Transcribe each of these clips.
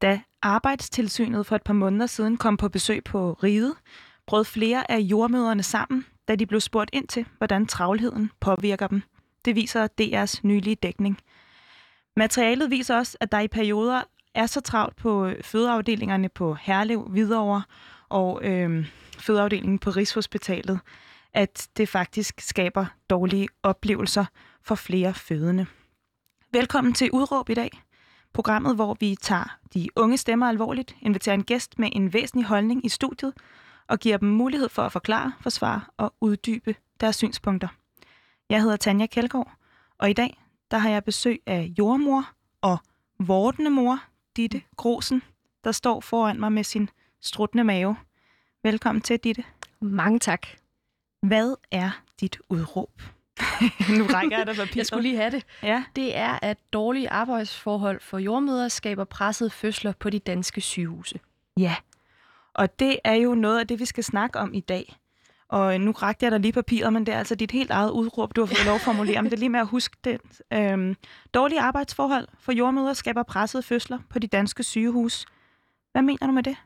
Da Arbejdstilsynet for et par måneder siden kom på besøg på Riget, brød flere af jordemødrene sammen, da de blev spurgt ind til, hvordan travlheden påvirker dem. Det viser DR's nylige dækning. Materialet viser også, at der i perioder er så travlt på fødeafdelingerne på Herlev, Hvidovre og fødeafdelingen på Rigshospitalet, at det faktisk skaber dårlige oplevelser for flere fødende. Velkommen til Udråb i dag. Programmet, hvor vi tager de unge stemmer alvorligt, inviterer en gæst med en væsentlig holdning i studiet og giver dem mulighed for at forklare, forsvare og uddybe deres synspunkter. Jeg hedder Tanja Kjeldgaard, og i dag der har jeg besøg af jordemor og vordende mor, Ditte Grosen, der står foran mig med sin struttende mave. Velkommen til, Ditte. Mange tak. Hvad er dit udråb? Nu rækker jeg dig papiret. Jeg skulle lige have det. Ja. Det er, at dårlige arbejdsforhold for jordemødre skaber pressede fødsler på de danske sygehuse. Ja, og det er jo noget af det, vi skal snakke om i dag. Og nu rakte jeg dig lige papiret, men det er altså dit helt eget udråb, du har fået lov at formulere. Men det er lige med at huske det. Dårlige arbejdsforhold for jordemødre skaber pressede fødsler på de danske sygehuse. Hvad mener du med det?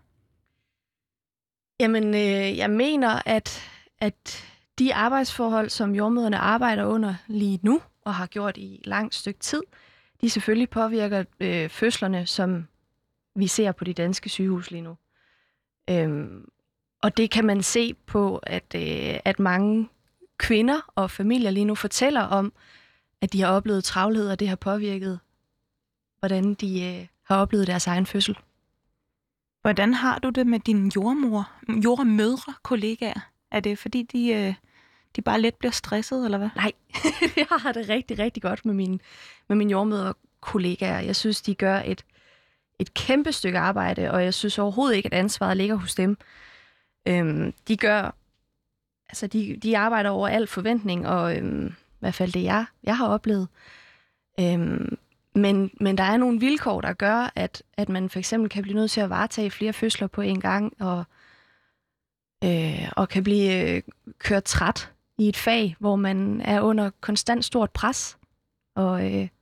Jamen, jeg mener, at de arbejdsforhold, som jordemødrene arbejder under lige nu, og har gjort i et langt stykke tid, de selvfølgelig påvirker fødslerne, som vi ser på de danske sygehuse lige nu. Og det kan man se på, at mange kvinder og familier lige nu fortæller om, at de har oplevet travlhed, og det har påvirket, hvordan de har oplevet deres egen fødsel. Hvordan har du det med dine jordemødre kollegaer? Er det fordi, de bare let bliver stresset, eller hvad? Nej, jeg har det rigtig, rigtig godt med mine jordemødre kollegaer. Jeg synes, de gør et kæmpe stykke arbejde, og jeg synes overhovedet ikke, at ansvaret ligger hos dem. De arbejder over al forventning, og i hvert fald det, jeg har oplevet. Men der er nogle vilkår, der gør, at man for eksempel kan blive nødt til at varetage flere fødsler på en gang, og kan blive kørt træt i et fag, hvor man er under konstant stort pres. Og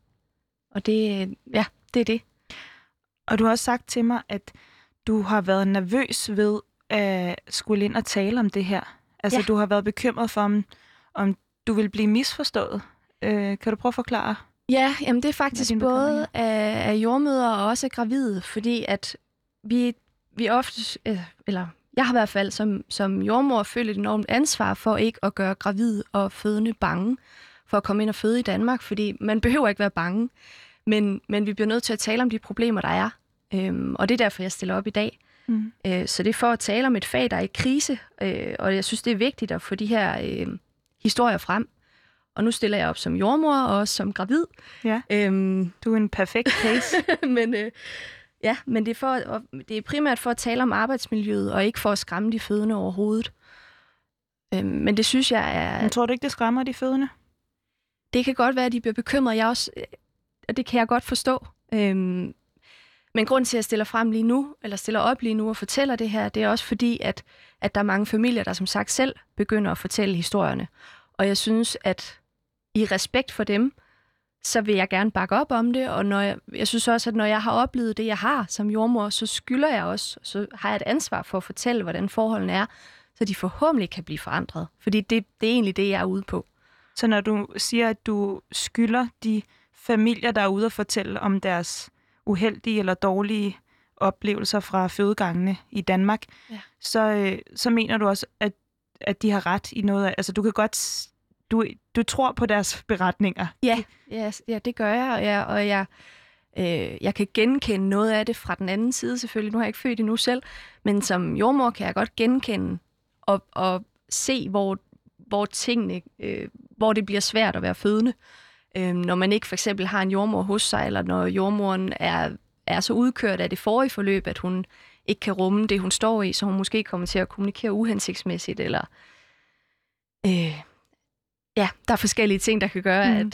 det er det. Og du har også sagt til mig, at du har været nervøs ved at skulle ind og tale om det her. Altså, Du har været bekymret for, om du vil blive misforstået. Kan du prøve at forklare? Ja, jamen det er faktisk både af jordemødre og også af gravide, fordi at vi ofte, eller jeg har i hvert fald som jordemor følt et enormt ansvar for ikke at gøre gravide og fødende bange for at komme ind og føde i Danmark, fordi man behøver ikke være bange, men vi bliver nødt til at tale om de problemer, der er. Og det er derfor, jeg stiller op i dag. Så det er for at tale om et fag, der er i krise, og jeg synes, det er vigtigt at få de her historier frem. Og nu stiller jeg op som jordemor og også som gravid. Ja, du er en perfekt case. men det er primært for at tale om arbejdsmiljøet, og ikke for at skræmme de fødende overhovedet. Men det synes jeg er... Men tror du ikke, det skræmmer de fødende? Det kan godt være, at de bliver bekymret. Og det kan jeg godt forstå. Men grunden til, at jeg stiller op lige nu og fortæller det her, det er også fordi, at der er mange familier, der som sagt selv begynder at fortælle historierne. Og jeg synes, at i respekt for dem, så vil jeg gerne bakke op om det. Og jeg synes også, at når jeg har oplevet det, jeg har som jordemor, så skylder jeg også, så har jeg et ansvar for at fortælle, hvordan forholdene er, så de forhåbentlig kan blive forandret. Fordi det er egentlig det, jeg er ude på. Så når du siger, at du skylder de familier, der er ude at fortælle om deres uheldige eller dårlige oplevelser fra fødegangene i Danmark, så mener du også, at de har ret i noget af... Altså, du kan godt... Du tror på deres beretninger. Ja, det gør jeg, og jeg kan genkende noget af det fra den anden side selvfølgelig. Nu har jeg ikke født endnu selv, men som jordemor kan jeg godt genkende og se, hvor tingene... hvor det bliver svært at være fødende. Når man ikke for eksempel har en jordemor hos sig, eller når jordmoren er så udkørt af det forrige forløb, at hun ikke kan rumme det, hun står i, så hun måske kommer til at kommunikere uhensigtsmæssigt, eller der er forskellige ting, der kan gøre,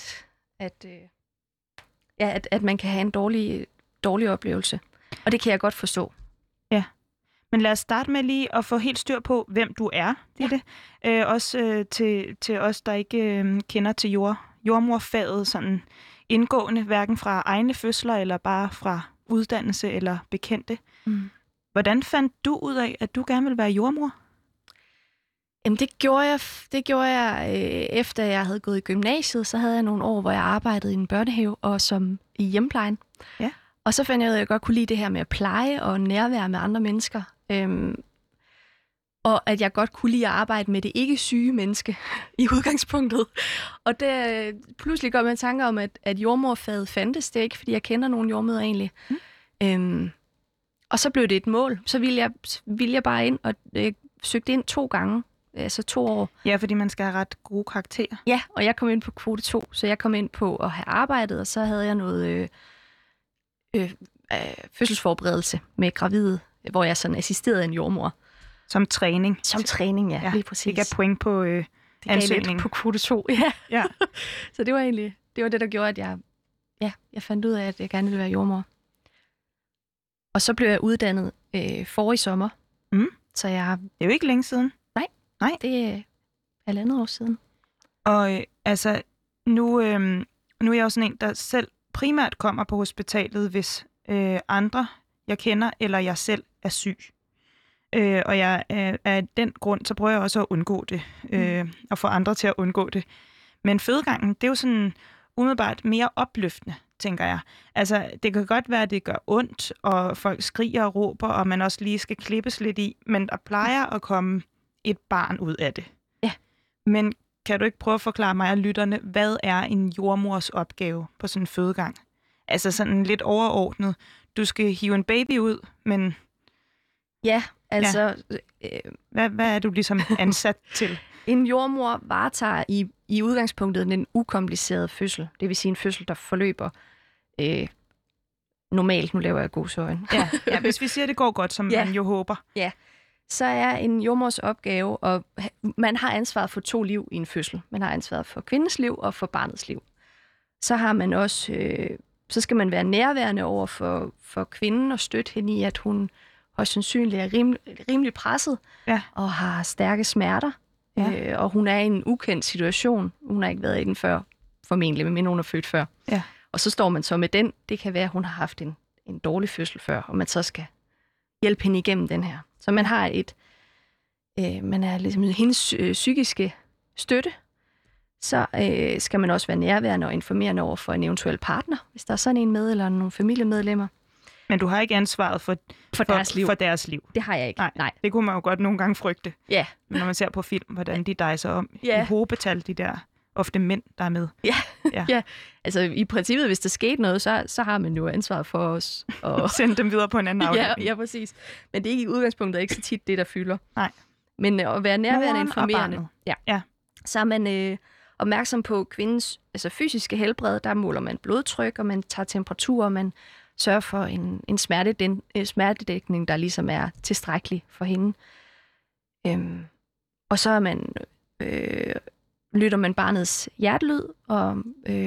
at man kan have en dårlig oplevelse. Og det kan jeg godt forstå. Ja. Men lad os starte med lige at få helt styr på, hvem du er. Også til os, der ikke kender til jordmorfaget sådan indgående, hverken fra egne fødsler eller bare fra uddannelse eller bekendte. Hvordan fandt du ud af, at du gerne ville være jordmor? Jamen, det gjorde jeg efter jeg havde gået i gymnasiet. Så havde jeg nogle år, hvor jeg arbejdede i en børnehave og som i hjemmeplejen. Ja. Og så fandt jeg ud af, at jeg godt kunne lide det her med at pleje og nærvær med andre mennesker. Og at jeg godt kunne lide at arbejde med det ikke-syge menneske i udgangspunktet. Og det pludselig gør man tanker om, at jordmorfaget fandtes. Det er ikke, fordi jeg kender nogen jordmødre egentlig. Og så blev det et mål. Så ville jeg bare ind, og søgte ind 2 gange. Altså 2 år. Ja, fordi man skal have ret gode karakterer. Ja, og jeg kom ind på kvote 2, så jeg kom ind på at have arbejdet, og så havde jeg noget fødselsforberedelse med gravide, hvor jeg sådan assisterede en jordmor. Som træning? Som træning, ja, lige præcis. Det gav point på ansøgningen. Det gav på kvote 2, ja. Så det var det, der gjorde, at jeg fandt ud af, at jeg gerne ville være jordmor. Og så blev jeg uddannet forrige sommer. Så det er jo ikke længe siden. Nej, det er 1,5 år siden. Og altså, nu er jeg jo sådan en, der selv primært kommer på hospitalet, hvis andre, jeg kender, eller jeg selv er syg. Og jeg af den grund, så prøver jeg også at undgå det, og få andre til at undgå det. Men fødegangen, det er jo sådan umiddelbart mere opløftende, tænker jeg. Altså, det kan godt være, at det gør ondt, og folk skriger og råber, og man også lige skal klippes lidt i, men der plejer at komme et barn ud af det. Ja. Men kan du ikke prøve at forklare mig og lytterne, hvad er en jordmors opgave på sådan en fødegang? Altså sådan lidt overordnet. Du skal hive en baby ud, men... Ja, altså... Ja. Hvad er du ligesom ansat til? En jordmor varetager i udgangspunktet en ukompliceret fødsel. Det vil sige en fødsel, der forløber normalt. Nu laver jeg gåseøjne. Ja, hvis vi siger, det går godt, som man jo håber. Ja, så er en jordmors opgave, og man har ansvaret for 2 liv i en fødsel. Man har ansvaret for kvindens liv og for barnets liv. Så har man også, så skal man være nærværende over for kvinden og støtte hende i, at hun højst sandsynligt er rimelig presset og har stærke smerter. Ja. Og hun er i en ukendt situation. Hun har ikke været i den før, formentlig, men hun er født før. Ja. Og så står man så med den. Det kan være, at hun har haft en dårlig fødsel før, og man så skal hjælpe hende igennem den her. Så man har man er ligesom hendes psykiske støtte. Så skal man også være nærværende og informerende over for en eventuel partner, hvis der er sådan en med, eller nogle familiemedlemmer. Men du har ikke ansvaret for deres liv? Det har jeg ikke. Nej. Det kunne man jo godt nogle gange frygte. Ja. Men når man ser på film, hvordan de dejser om i hobetal, de der ofte mænd, der er med. Ja. Altså i princippet, hvis der skete noget, så har man jo ansvaret for os. Og sende dem videre på en anden afdeling. Ja, præcis. Men det er ikke i udgangspunktet ikke så tit det, der fylder. Nej. Men at være nærværende og informerende. Ja. Så er man opmærksom på kvindens fysiske helbred. Der måler man blodtryk, og man tager temperatur, og man sørger for en smertedækning, der ligesom er tilstrækkelig for hende. Og så er man, lytter man barnets hjertelyd og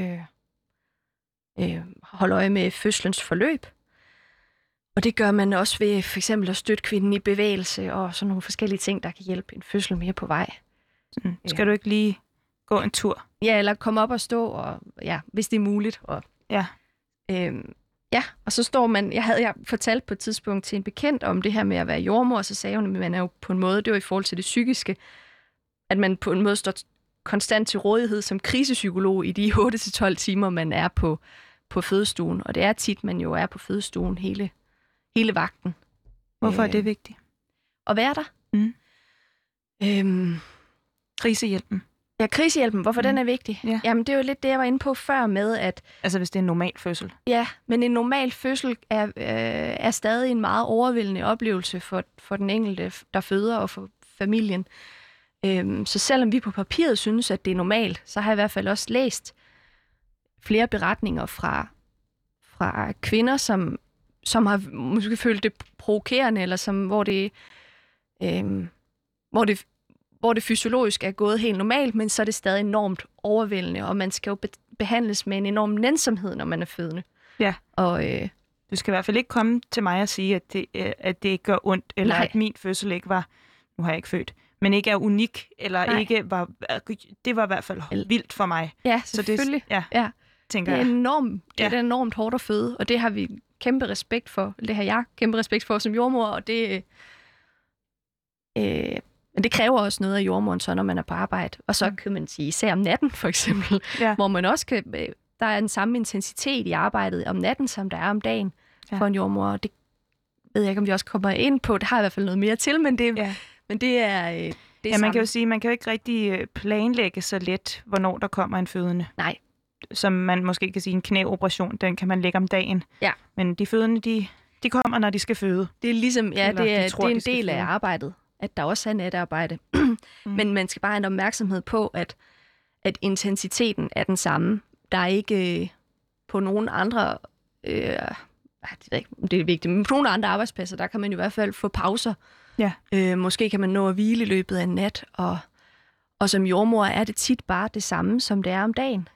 holder øje med fødslens forløb. Og det gør man også ved for eksempel at støtte kvinden i bevægelse og sådan nogle forskellige ting, der kan hjælpe en fødsel mere på vej. Skal du ikke lige gå en tur? Ja, eller komme op og stå, og, hvis det er muligt. Og, og så står man... Jeg fortalt på et tidspunkt til en bekendt om det her med at være jordmor, og så sagde hun, at man er jo på en måde, det var i forhold til det psykiske, at man på en måde står konstant til rådighed som krisepsykolog i de 8-12 timer, man er på fødestuen. Og det er tit, man jo er på fødestuen hele vagten. Hvorfor er det vigtigt? At være der. Krisehjælpen. Ja, krisehjælpen. Hvorfor den er vigtig? Ja. Jamen, det er jo lidt det, jeg var inde på før med, at... Altså, hvis det er en normal fødsel? Ja, men en normal fødsel er stadig en meget overvældende oplevelse for den enkelte, der føder, og for familien. Så selvom vi på papiret synes, at det er normalt, så har jeg i hvert fald også læst flere beretninger fra kvinder, som har måske følt det provokerende, eller hvor det fysiologisk er gået helt normalt, men så er det stadig enormt overvældende, og man skal jo behandles med en enorm nænsomhed, når man er fødende. Ja, og du skal i hvert fald ikke komme til mig og sige, at det ikke gør ondt, eller at min fødsel ikke var, nu har jeg ikke født, men ikke er unik, eller ikke var, det var i hvert fald vildt for mig. Ja, selvfølgelig. Så det, tænker det er enormt hårdt at føde, og det har vi kæmpe respekt for. Det har jeg kæmpe respekt for som jordmor, og men det kræver også noget af jordmoren, så når man er på arbejde. Og så kan man sige, især om natten for eksempel, hvor man også kan... Der er den samme intensitet i arbejdet om natten, som der er om dagen for en jordmor. Og det ved jeg ikke, om vi også kommer ind på. Det har i hvert fald noget mere til, men det er... man kan jo sige, man kan jo ikke rigtig planlægge så let, hvornår der kommer en fødende. Nej. Som man måske kan sige, en knæoperation, den kan man lægge om dagen. Ja. Men de fødende, de kommer, når de skal føde. Det er ligesom, det er en del af arbejdet, at der også er natarbejde. Men man skal bare have en opmærksomhed på, at intensiteten er den samme. Der er ikke på nogen andre... det er vigtigt, men på nogle andre arbejdspladser, der kan man i hvert fald få pauser. Ja. Måske kan man nå at hvile i løbet af en nat, og som jordmor er det tit bare det samme, som det er om dagen.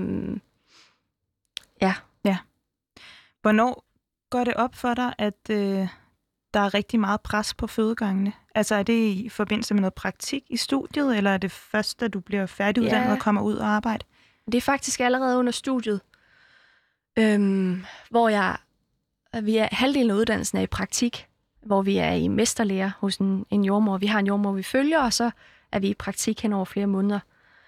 Ja. Hvornår går det op for dig, at der er rigtig meget pres på fødegangene? Altså er det i forbindelse med noget praktik i studiet, eller er det først, da du bliver færdiguddannet og kommer ud og arbejde? Det er faktisk allerede under studiet, hvor vi er halvdelen af uddannelsen er i praktik, hvor vi er i mesterlære hos en jordmor. Vi har en jordmor, vi følger, og så er vi i praktik hen over flere måneder.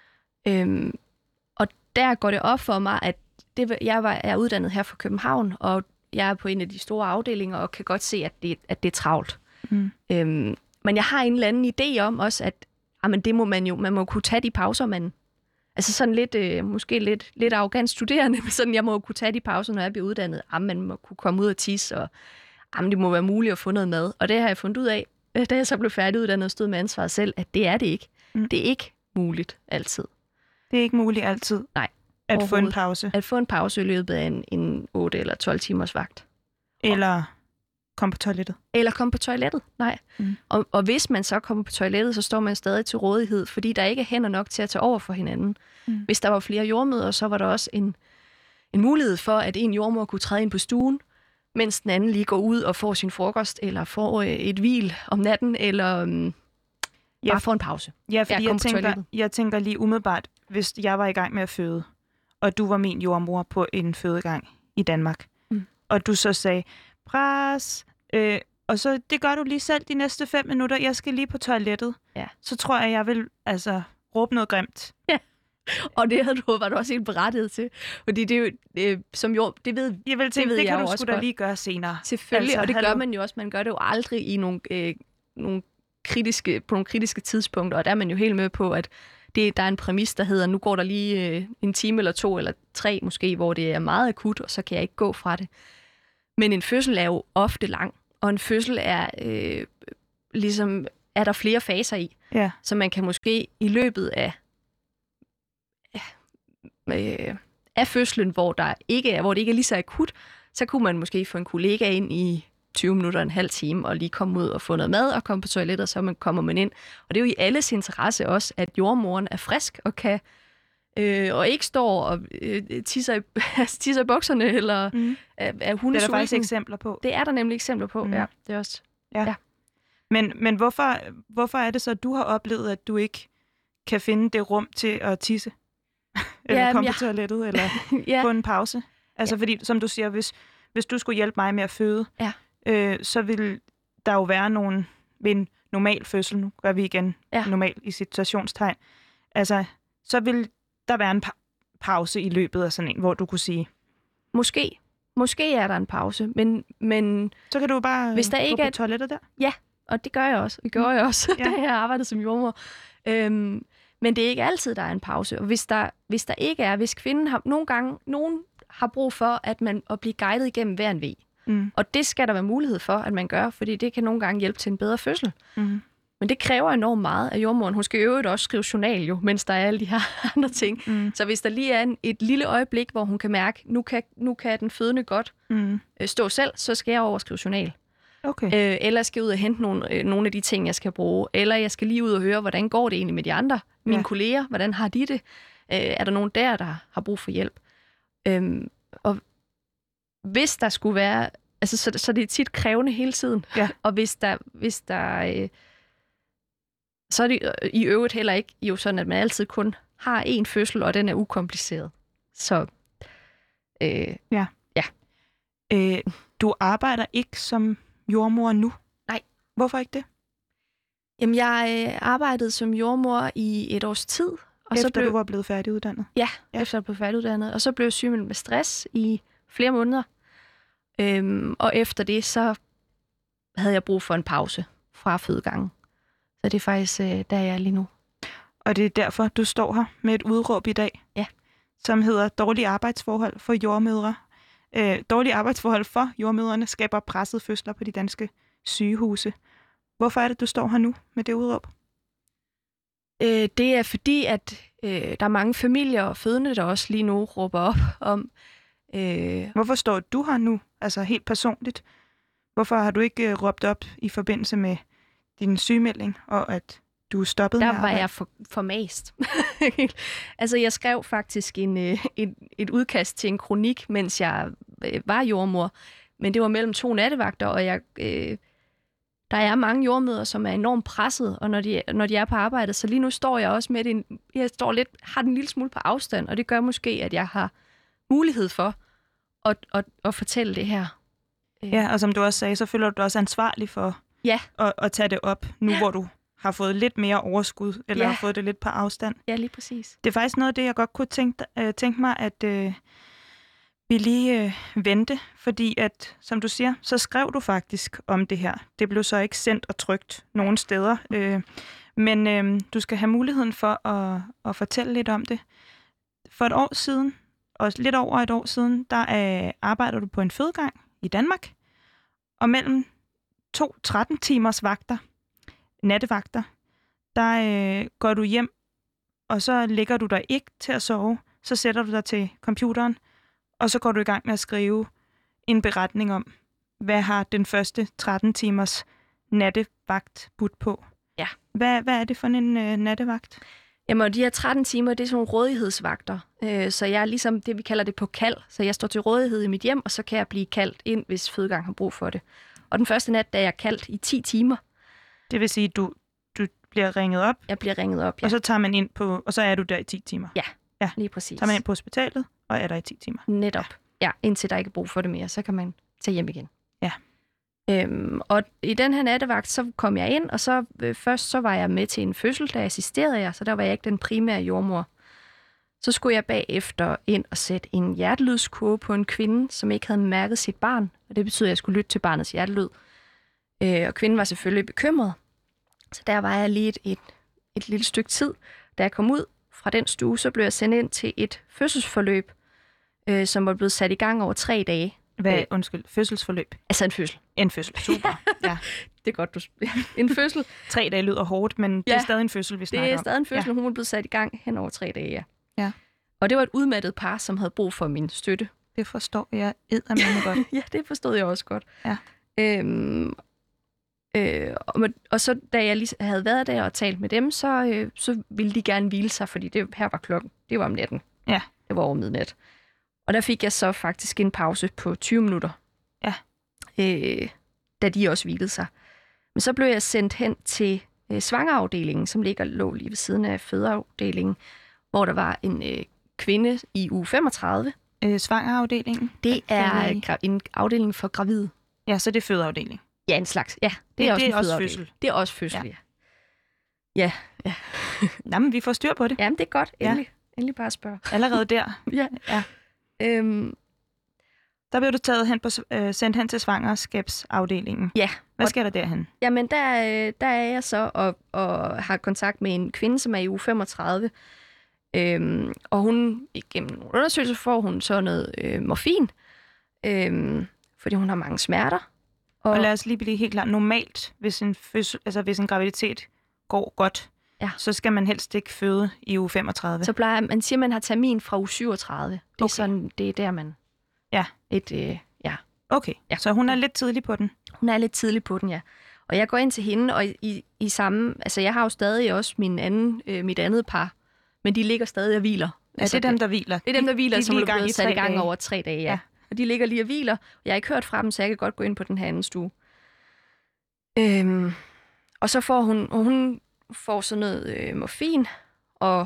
Og der går det op for mig, at jeg er uddannet her fra København, og jeg er på en af de store afdelinger, og kan godt se, at det er travlt. Men jeg har en eller anden idé om også, at det må man må kunne tage de pauser, altså sådan lidt, måske lidt arrogant studerende, men sådan, jeg må kunne tage de pauser, når jeg bliver uddannet. Man må kunne komme ud og tisse, og det må være muligt at få noget mad. Og det har jeg fundet ud af, da jeg så blev færdiguddannet og stod med ansvaret selv, at det er det ikke. Det er ikke muligt altid. Det er ikke muligt altid? Nej. At få en pause? At få en pause i løbet af en 8 eller 12 timers vagt. Eller komme på toilettet? Eller komme på toilettet, nej. Og hvis man så kommer på toilettet, så står man stadig til rådighed, fordi der ikke er hænder nok til at tage over for hinanden. Hvis der var flere jordmøder, så var der også en mulighed for, at en jordmor kunne træde ind på stuen, mens den anden lige går ud og får sin frokost, eller får et hvil om natten, eller bare får en pause. Ja, fordi jeg tænker lige umiddelbart, hvis jeg var i gang med at føde, og du var min jordmor på en fødegang i Danmark, og du så sagde, pres, og så det gør du lige selv de næste 5 minutter, jeg skal lige på toilettet, så tror jeg vil råbe noget grimt. Ja. Og det var du også helt berettiget til. Fordi det er jo, som jo, det ved jeg vil tænke, det kan du sgu da lige gøre senere. Selvfølgelig, og det gør man jo også. Man gør det jo aldrig i nogle kritiske tidspunkter, og der er man jo helt med på, at der er en præmis, der hedder, nu går der lige en time eller 2 eller 3 måske, hvor det er meget akut, og så kan jeg ikke gå fra det. Men en fødsel er jo ofte lang, og en fødsel er er der flere faser i. Ja. Så man kan måske i løbet af fødslen, hvor det ikke er lige så akut, så kunne man måske få en kollega ind i 20 minutter, en halv time, og lige komme ud og få noget mad og komme på toilettet, og så kommer man ind. Og det er jo i alles interesse også, at jordmoren er frisk og kan og ikke står og tisser i bukserne, eller er hundesulten. Det er der faktisk eksempler på. Det er der nemlig eksempler på, ja. Det er også. Ja. Men hvorfor er det så, at du har oplevet, at du ikke kan finde det rum til at tisse? Eller komme på toilettet, eller få en pause? Altså fordi, som du siger, hvis du skulle hjælpe mig med at føde, så vil der jo være nogen ved en normal fødsel, nu gør vi igen normal i situationstegn, altså så vil der være en pause i løbet af sådan en, hvor du kunne sige... Måske er der en pause, men så kan du bare hvis der ikke gå på toilettet der? Ja, og det gør jeg også. Det gjorde jeg også, da jeg arbejdede som jordmor. Men det er ikke altid, der er en pause. Og hvis der ikke er, hvis kvinden har nogen har brug for, at blive guidet igennem hver en vej. Og det skal der være mulighed for, at man gør, fordi det kan nogle gange hjælpe til en bedre fødsel. Men det kræver enormt meget af jordmoren. Hun skal i øvrigt også skrive journal jo, mens der er alle de her andre ting. Så hvis der lige er et lille øjeblik, hvor hun kan mærke, nu kan den fødende godt stå selv, så skal jeg over og skrive journal. Okay. Eller skal jeg ud og hente nogle af de ting, jeg skal bruge. Eller jeg skal lige ud og høre, hvordan går det egentlig med de andre. Mine kolleger, hvordan har de det? Er der nogen der har brug for hjælp? Og hvis der skulle være... Altså, så det er tit krævende hele tiden. Ja. Og hvis der så er det i øvrigt heller ikke jo sådan, at man altid kun har én fødsel, og den er ukompliceret. Så Du arbejder ikke som jordmor nu? Nej. Hvorfor ikke det? Jamen, jeg arbejdede som jordmor i et års tid. Og efter du var blevet færdiguddannet? Ja, efter jeg blev færdiguddannet. Og så blev jeg sygemeldt med stress i flere måneder. Og efter det, så havde jeg brug for en pause fra fødegangen. Så det er faktisk der jeg er lige nu. Og det er derfor, du står her med et udråb i dag, som hedder dårlige arbejdsforhold for jordmødre. Dårlige arbejdsforhold for jordmødrene skaber presset fødsler på de danske sygehuse. Hvorfor er det, du står her nu med det udråb? Det er fordi, at der er mange familier og fødende, der også lige nu råber op om... Hvorfor står du her nu, altså helt personligt? Hvorfor har du ikke råbt op i forbindelse med din sygemelding, og at du er stoppet med Der arbejde? var jeg formast. Altså, jeg skrev faktisk et udkast til en kronik, mens jeg var jordmor. Men det var mellem 2 nattevagter, og der er mange jordmødre, som er enormt presset, og når de er på arbejde, så lige nu står jeg også med det. Jeg har den en lille smule på afstand, og det gør måske, at jeg har mulighed for at fortælle det her. Ja, og som du også sagde, så føler du dig også ansvarlig for at tage det op, nu hvor du har fået lidt mere overskud, eller har fået det lidt på afstand. Ja, lige præcis. Det er faktisk noget af det, jeg godt kunne tænke mig, at vi lige vente, fordi at, som du siger, så skrev du faktisk om det her. Det blev så ikke sendt og trykt nogen steder, men du skal have muligheden for at fortælle lidt om det. For et år siden, og lidt over et år siden, der arbejder du på en fødegang i Danmark, og mellem 2 13-timers vagter, nattevagter, der går du hjem, og så lægger du dig ikke til at sove, så sætter du dig til computeren, og så går du i gang med at skrive en beretning om, hvad har den første 13 timers nattevagt budt på. Ja. Hvad er det for en nattevagt? Jamen, de her 13 timer, det er sådan nogle rådighedsvagter. Så jeg er ligesom det, vi kalder det på kald. Så jeg står til rådighed i mit hjem, og så kan jeg blive kaldt ind, hvis fødegang har brug for det. Og den første nat, der er jeg kaldt i 10 timer. Det vil sige, du bliver ringet op? Jeg bliver ringet op, ja. Og så tager man ind på, og så er du der i 10 timer? Ja, lige præcis. Tager man ind på hospitalet, og er der i 10 timer? Netop. Ja, indtil der ikke er brug for det mere, så kan man tage hjem igen. Ja. Og i den her nattevagt, så kom jeg ind, og så først så var jeg med til en fødsel, der assisterede jeg, så der var jeg ikke den primære jordmor. Så skulle jeg bagefter ind og sætte en hjertelydskurve på en kvinde, som ikke havde mærket sit barn, og det betyder, at jeg skulle lytte til barnets hjertelyd. Og kvinden var selvfølgelig bekymret, så der var jeg lige et lille stykke tid. Da jeg kom ud fra den stue, så blev jeg sendt ind til et fødselsforløb, som var blevet sat i gang over 3 dage. Fødselsforløb? Altså en fødsel. En fødsel, super. Ja. Det er godt, en fødsel. 3 dage lyder hårdt, men det er stadig en fødsel, vi snakker om. Det er stadig en fødsel, hun var blevet sat i gang hen over 3 dage, ja. Og det var et udmattet par, som havde brug for min støtte. Det forstår jeg eddermame godt. Ja, det forstod jeg også godt. Ja. Og så da jeg lige havde været der og talt med dem, så ville de gerne hvile sig, fordi her var klokken. Det var om natten. Ja. Det var over midnat. Og der fik jeg så faktisk en pause på 20 minutter. Ja. Da de også hvilede sig. Men så blev jeg sendt hen til svangerafdelingen, som lå lige ved siden af fødeafdelingen, hvor der var en kvinde i uge 35. Svangerafdelingen? Det er en afdeling for gravide. Ja, så det er fødeafdeling. Ja, en slags. Ja, det er også fødsel. Det er også fødsel, ja. Ja. Jamen, vi får styr på det. Jamen, det er godt. Endelig bare spørge. Allerede der? Ja. Der blev du sendt hen til svangerskabsafdelingen. Ja. Hvad sker der derhen? Jamen, der er jeg så og har kontakt med en kvinde, som er i uge 35. Og hun, igennem nogle undersøgelser, får hun så noget morfin, fordi hun har mange smerter. Og lad os lige blive helt klart. Normalt, hvis en graviditet går godt, så skal man helst ikke føde i uge 35. Så man siger, man har termin fra uge 37. Det er sådan, det er der, man... Ja. Okay, ja. Så hun er lidt tidlig på den? Hun er lidt tidlig på den, ja. Og jeg går ind til hende, og i samme... Altså, jeg har jo stadig også mit andet par, men de ligger stadig og hviler. Ja, altså, det er dem, der hviler? Det er dem, der hviler, som er blevet sat i gang over 3 dage, ja. Og de ligger lige og hviler. Jeg har ikke hørt fra dem, så jeg kan godt gå ind på den her anden stue. Og så får hun får sådan noget morfin, og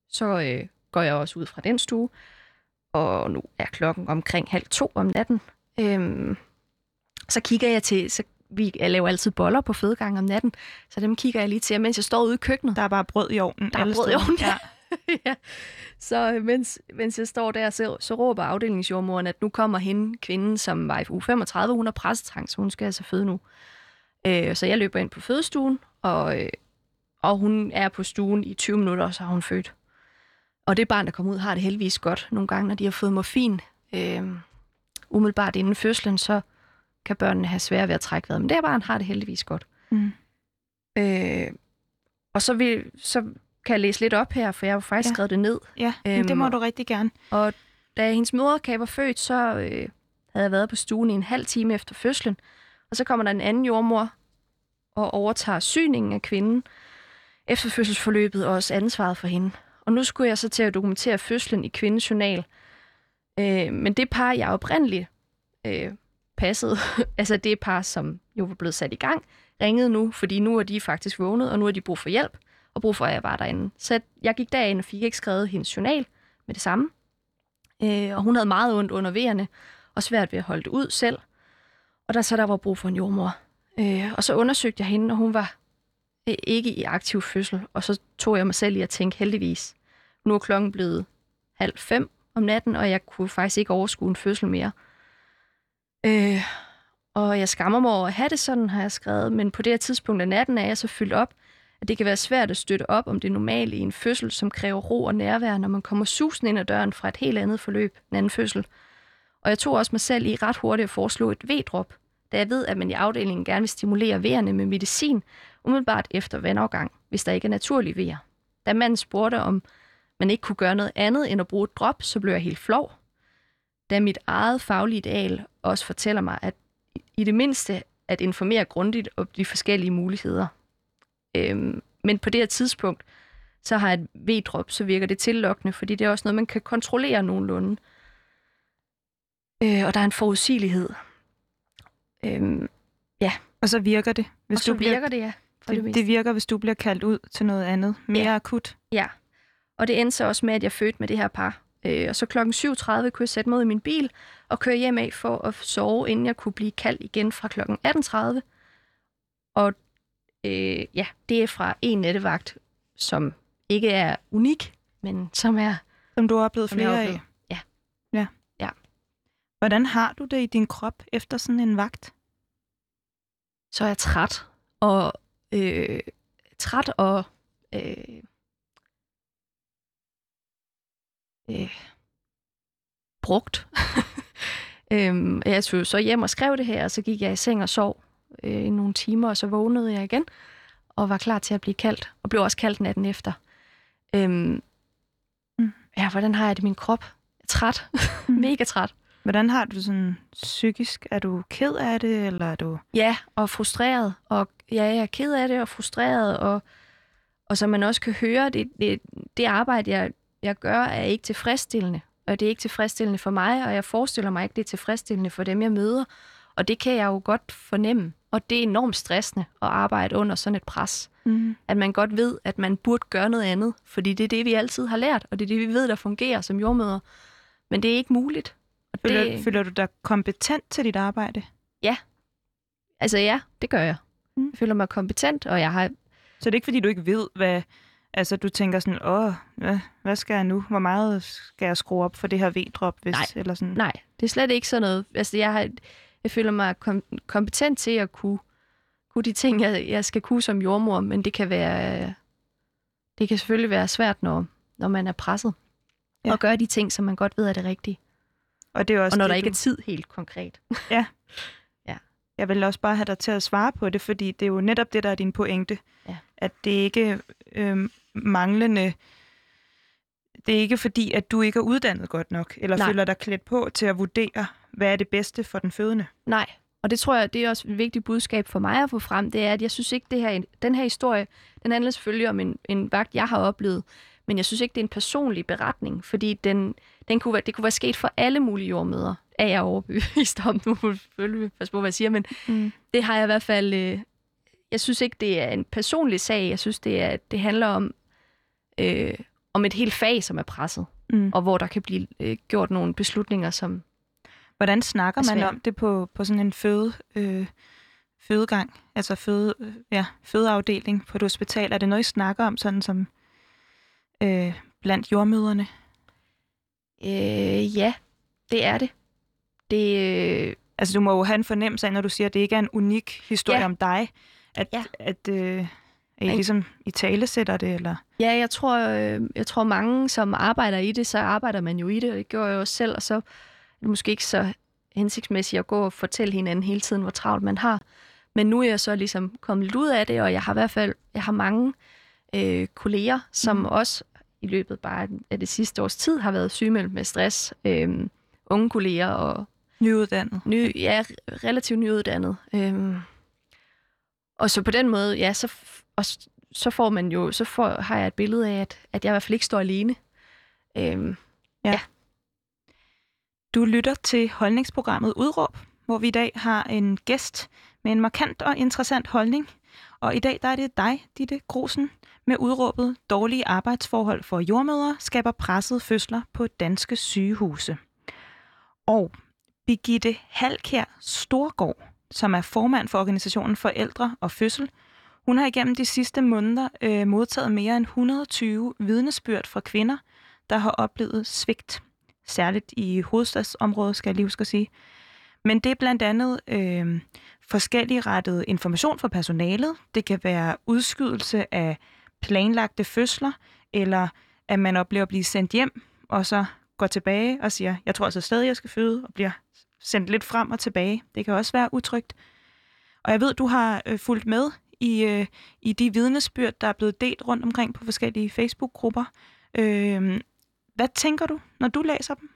så går jeg også ud fra den stue. Og nu er klokken omkring 1:30 om natten. Så kigger jeg til... Jeg laver altid boller på fødegangen om natten, så dem kigger jeg lige til, mens jeg står ude i køkkenet. Der er bare brød i ovnen. Der er brød i ovnen, ja. Ja. Så mens jeg står der, så råber afdelingsjordmoren, at nu kommer hende, kvinden, som var i uge 35, hun har pressetrang, så hun skal altså føde nu. Så jeg løber ind på fødestuen, og hun er på stuen i 20 minutter, og så har hun født. Og det barn, der kommer ud, har det heldigvis godt. Nogle gange, når de har fået morfin, umiddelbart inden fødslen, så kan børnene have svært ved at trække vejret. Men det her barn har det heldigvis godt. Mm. Og så kan jeg læse lidt op her, for jeg har jo faktisk skrevet det ned. Ja, det må du rigtig gerne. Og da hendes moderkage var født, så havde jeg været på stuen i en halv time efter fødslen. Og så kommer der en anden jordmor og overtager syningen af kvinden efter fødselsforløbet og også ansvaret for hende. Og nu skulle jeg så til at dokumentere fødslen i kvindens journal. Men det par, jeg oprindeligt passede, altså det par, som jo var blevet sat i gang, ringede nu, fordi nu er de faktisk vågnet, og nu har de brug for hjælp, og brug for, at jeg var derinde. Så jeg gik derind og fik ikke skrevet hendes journal med det samme. Og hun havde meget ondt under vejerne, og svært ved at holde det ud selv. Og der var brug for en jordmor. Og så undersøgte jeg hende, og hun var ikke i aktiv fødsel. Og så tog jeg mig selv i at tænke, heldigvis. Nu er klokken blevet 4:30 om natten, og jeg kunne faktisk ikke overskue en fødsel mere. Og jeg skammer mig over at have det sådan, har jeg skrevet. Men på det her tidspunkt af natten er jeg så fyldt op, at det kan være svært at støtte op om det normale i en fødsel, som kræver ro og nærvær, når man kommer susende ind ad døren fra et helt andet forløb, en anden fødsel. Og jeg tog også mig selv i ret hurtigt at foreslå et V-drop, da jeg ved, at man i afdelingen gerne vil stimulere vejerne med medicin, umiddelbart efter vandafgang, hvis der ikke er naturlige vejer. Da manden spurgte, om man ikke kunne gøre noget andet end at bruge et drop, så blev jeg helt flov. Da mit eget faglige ideal også fortæller mig, at i det mindste at informere grundigt om de forskellige muligheder. Men på det her tidspunkt, så har et V-drop, så virker det tillokkende, fordi det er også noget, man kan kontrollere nogenlunde. Og der er en forudsigelighed. Ja. Og så virker det. Hvis og så virker det, ja. Det virker, hvis du bliver kaldt ud til noget andet. Mere akut. Ja. Og det endte så også med, at jeg fødte med det her par. Og så klokken 7:30 kunne jeg sætte mig ud i min bil og køre hjem af for at sove, inden jeg kunne blive kaldt igen fra klokken 18:30. Og det er fra en nattevagt, som ikke er unik, men som du har oplevet flere af. Ja. Hvordan har du det i din krop efter sådan en vagt? Så er jeg træt og brugt. Jeg tog så hjem og skrev det her, og så gik jeg i seng og sov i nogle timer, og så vågnede jeg igen og var klar til at blive kaldt, og blev også kaldt natten efter. Ja, hvordan har jeg det i min krop? Jeg er træt. Mega træt. Hvordan har du sådan psykisk? Er du ked af det, eller er du... Ja, og frustreret. Og jeg er ked af det og frustreret, og som man også kan høre, det arbejde, jeg gør, er ikke tilfredsstillende. Og det er ikke tilfredsstillende for mig, og jeg forestiller mig ikke, det er tilfredsstillende for dem, jeg møder. Og det kan jeg jo godt fornemme. Og det er enormt stressende at arbejde under sådan et pres. Mm. At man godt ved, at man burde gøre noget andet. Fordi det er det, vi altid har lært, og det er det, vi ved, der fungerer som jordmødre. Men det er ikke muligt. Føler du dig kompetent til dit arbejde? Ja. Altså ja, det gør jeg. Jeg føler mig kompetent, og jeg har... Så det er ikke, fordi du ikke ved, hvad... Altså, du tænker sådan, hvad skal jeg nu? Hvor meget skal jeg skrue op for det her V-drop? Eller sådan? Nej, det er slet ikke sådan noget. Altså, jeg føler mig kompetent til at kunne de ting, jeg skal kunne som jordmor, men det kan selvfølgelig være svært, når man er presset. Ja. Og gøre de ting, som man godt ved er det rigtige. Og, det er også og når der ikke er tid helt konkret. Ja. Jeg vil også bare have dig til at svare på det, fordi det er jo netop det, der er din pointe. Ja. At det ikke manglende... Det er ikke fordi, at du ikke er uddannet godt nok, eller føler dig klædt på til at vurdere, hvad er det bedste for den fødende. Nej, og det tror jeg, det er også et vigtigt budskab for mig at få frem, det er, at jeg synes ikke, den her historie, den handler selvfølgelig om en vagt, jeg har oplevet, men jeg synes ikke, det er en personlig beretning, fordi det kunne være sket for alle mulige jordmødre, er jeg overbevist om. Nu må selvfølgelig passe på, hvad jeg siger, men det har jeg i hvert fald... jeg synes ikke, det er en personlig sag. Jeg synes, det handler om et helt fag, som er presset, og hvor der kan blive gjort nogle beslutninger, som... Hvordan snakker man om det på sådan en fødegang, altså fødeafdeling på et hospital? Er det noget, I snakker om, sådan som blandt jordmødrene? Ja, det er det. Altså, du må jo have en fornemmelse af, når du siger, at det ikke er en unik historie om dig, at I ligesom i tale sætter det, eller? Ja, jeg tror mange, som arbejder i det, så arbejder man jo i det, og det gjorde jeg også selv, og så er det måske ikke så hensigtsmæssigt at gå og fortælle hinanden hele tiden, hvor travlt man har. Men nu er jeg så ligesom kommet lidt ud af det, og jeg har mange kolleger, som også i løbet bare af det sidste års tid har været sygemeldt med stress. Unge kolleger og nyuddannet. Relativt nyuddannet. Og så på den måde, ja, så får man jo, har jeg et billede af, at jeg i hvert fald ikke står alene. Ja. Du lytter til holdningsprogrammet Udråb, hvor vi i dag har en gæst med en markant og interessant holdning. Og i dag der er det dig, Ditte Grosen, med udråbet dårlige arbejdsforhold for jordmødre skaber pressede fødsler på danske sygehuse. Og Birgitte Halkjær Storgård, som er formand for organisationen Forældre og Fødsel, hun har igennem de sidste måneder modtaget mere end 120 vidnesbyrd fra kvinder, der har oplevet svigt. Særligt i hovedstadsområdet, skal jeg lige huske at sige. Men det er blandt andet forskellig rettet information fra personalet. Det kan være udskydelse af planlagte fødsler, eller at man oplever at blive sendt hjem, og så går tilbage og siger, jeg tror altså stadig, jeg skal føde, og bliver sendt lidt frem og tilbage. Det kan også være utrygt. Og jeg ved, du har fulgt med i de vidnesbyrd, der er blevet delt rundt omkring på forskellige Facebook-grupper. Hvad tænker du, når du læser dem?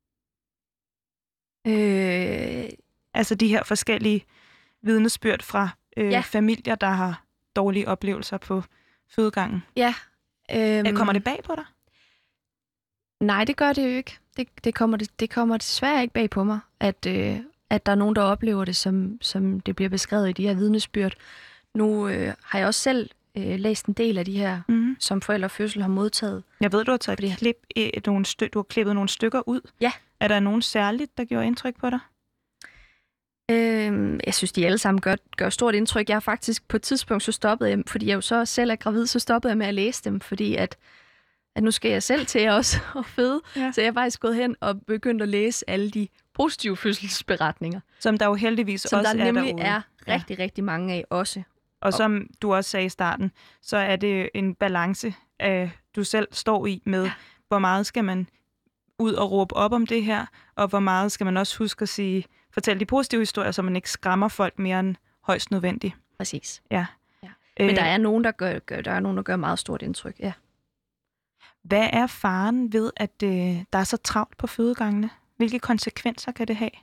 Altså de her forskellige vidnesbyrd fra familier, der har dårlige oplevelser på fødegangen. Ja. Kommer det bag på dig? Nej, det gør det jo ikke. Det kommer desværre ikke bag på mig, at der er nogen, der oplever det, som det bliver beskrevet i de her vidnesbyrd. Nu har jeg også selv læst en del af de her, som Forældre og Fødsel har modtaget. Jeg ved, du har taget du har klippet nogle stykker ud. Ja. Er der nogen særligt, der gjorde indtryk på dig? Jeg synes, de alle sammen gør stort indtryk. Jeg har faktisk på et tidspunkt så stoppede jeg, fordi jeg jo så selv er gravid, så stoppede jeg med at læse dem, fordi at nu skal jeg selv til også at føde. Ja. Så jeg har faktisk gået hen og begyndt at læse alle de positive fødselsberetninger. Som der jo heldigvis også er derude. Som der nemlig er rigtig, rigtig mange af også. Og som du også sagde i starten, så er det en balance, du selv står i med, hvor meget skal man ud og råbe op om det her, og hvor meget skal man også huske at fortælle de positive historier, så man ikke skræmmer folk mere end højst nødvendigt. Præcis. Ja. Men der er nogen, der gør meget stort indtryk, ja. Hvad er faren ved, at der er så travlt på fødegangene? Hvilke konsekvenser kan det have?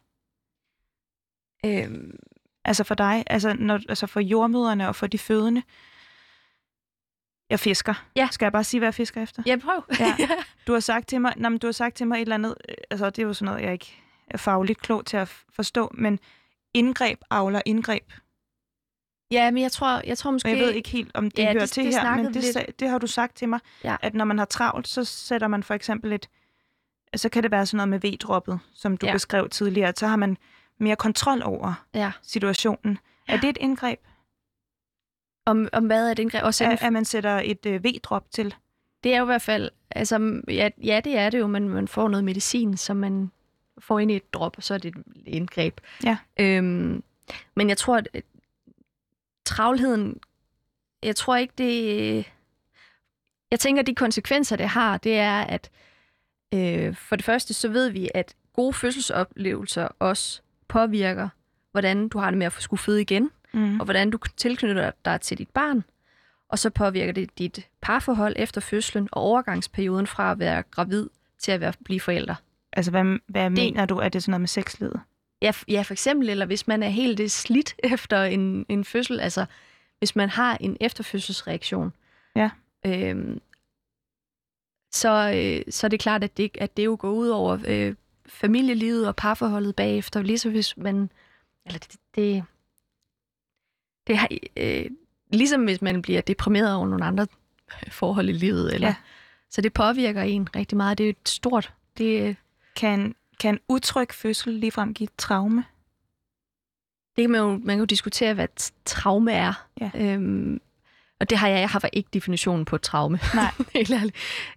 Altså for dig, altså for jordmødrene og for de fødende. Jeg fisker. Ja. Skal jeg bare sige, hvad jeg fisker efter? Ja, prøv. Ja. Du har sagt til mig et eller andet, altså det er jo sådan noget, jeg ikke er fagligt klog til at forstå, men indgreb avler indgreb. Ja, men jeg tror måske... Jeg ved ikke helt, om det hører til her, men det har du sagt til mig, at når man har travlt, så sætter man for eksempel så kan det være sådan noget med V-droppet, som du beskrev tidligere, så har man mere kontrol over situationen. Ja. Er det et indgreb? Om hvad er et indgreb? At man sætter et V-drop til? Det er jo i hvert fald, altså, ja, det er det jo, men man får noget medicin, som man får ind i et drop, og så er det et indgreb. Ja. Men jeg tror, at travlheden, jeg tror ikke det... Jeg tænker, at de konsekvenser, det har, det er, at for det første, så ved vi, at gode fødselsoplevelser også påvirker, hvordan du har det med at skulle føde igen, og hvordan du tilknytter dig til dit barn. Og så påvirker det dit parforhold efter fødslen og overgangsperioden fra at være gravid til at blive forældre. Altså, hvad mener du? Er det sådan noget med sexlivet? Ja, for eksempel, eller hvis man er helt slidt efter en fødsel, altså hvis man har en efterfødselsreaktion, så er det klart, at det jo går ud over familielivet og parforholdet bagefter, ligesom hvis man, eller ligesom hvis man bliver deprimeret over nogle andre forhold i livet, eller så det påvirker en rigtig meget. Det er jo stort. Kan en utryg fødsel ligefrem give et traume? Det kan man kan jo diskutere, hvad et traume er. Ja. Og det har jeg har ikke definitionen på et traume. Nej. Helt ærligt.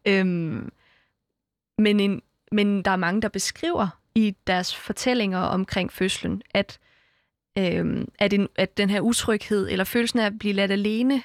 Men der er mange, der beskriver i deres fortællinger omkring fødslen, at den her utryghed, eller følelsen af at blive ladt alene,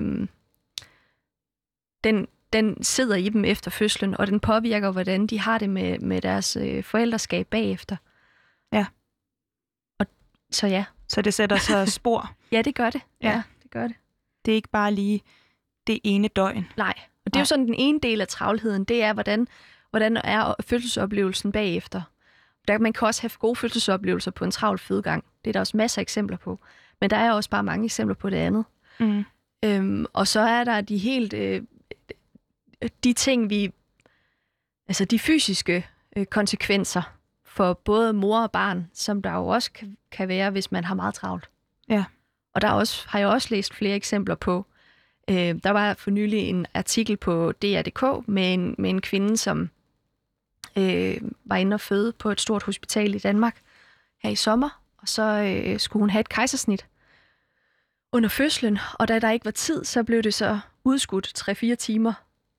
den sidder i dem efter fødslen, og den påvirker, hvordan de har det med deres forældreskab bagefter. Ja. Og så ja. Så det sætter sig spor? Ja, det gør det. Ja, det gør det. Det er ikke bare lige det ene døgn? Nej, og det er jo sådan den ene del af travlheden, det er, hvordan er fødselsoplevelsen bagefter. Man kan også have gode fødselsoplevelser på en travl fødegang. Det er der også masser af eksempler på. Men der er også bare mange eksempler på det andet. Og så er der de helt... de ting, altså de fysiske konsekvenser for både mor og barn, som der jo også kan være, hvis man har meget travlt. Ja. Og der har jeg også læst flere eksempler på. Der var for nylig en artikel på DR.dk med en kvinde, som var inde og føde på et stort hospital i Danmark her i sommer, og så skulle hun have et kejsersnit under fødslen, og da der ikke var tid, så blev det så udskudt 3-4 timer,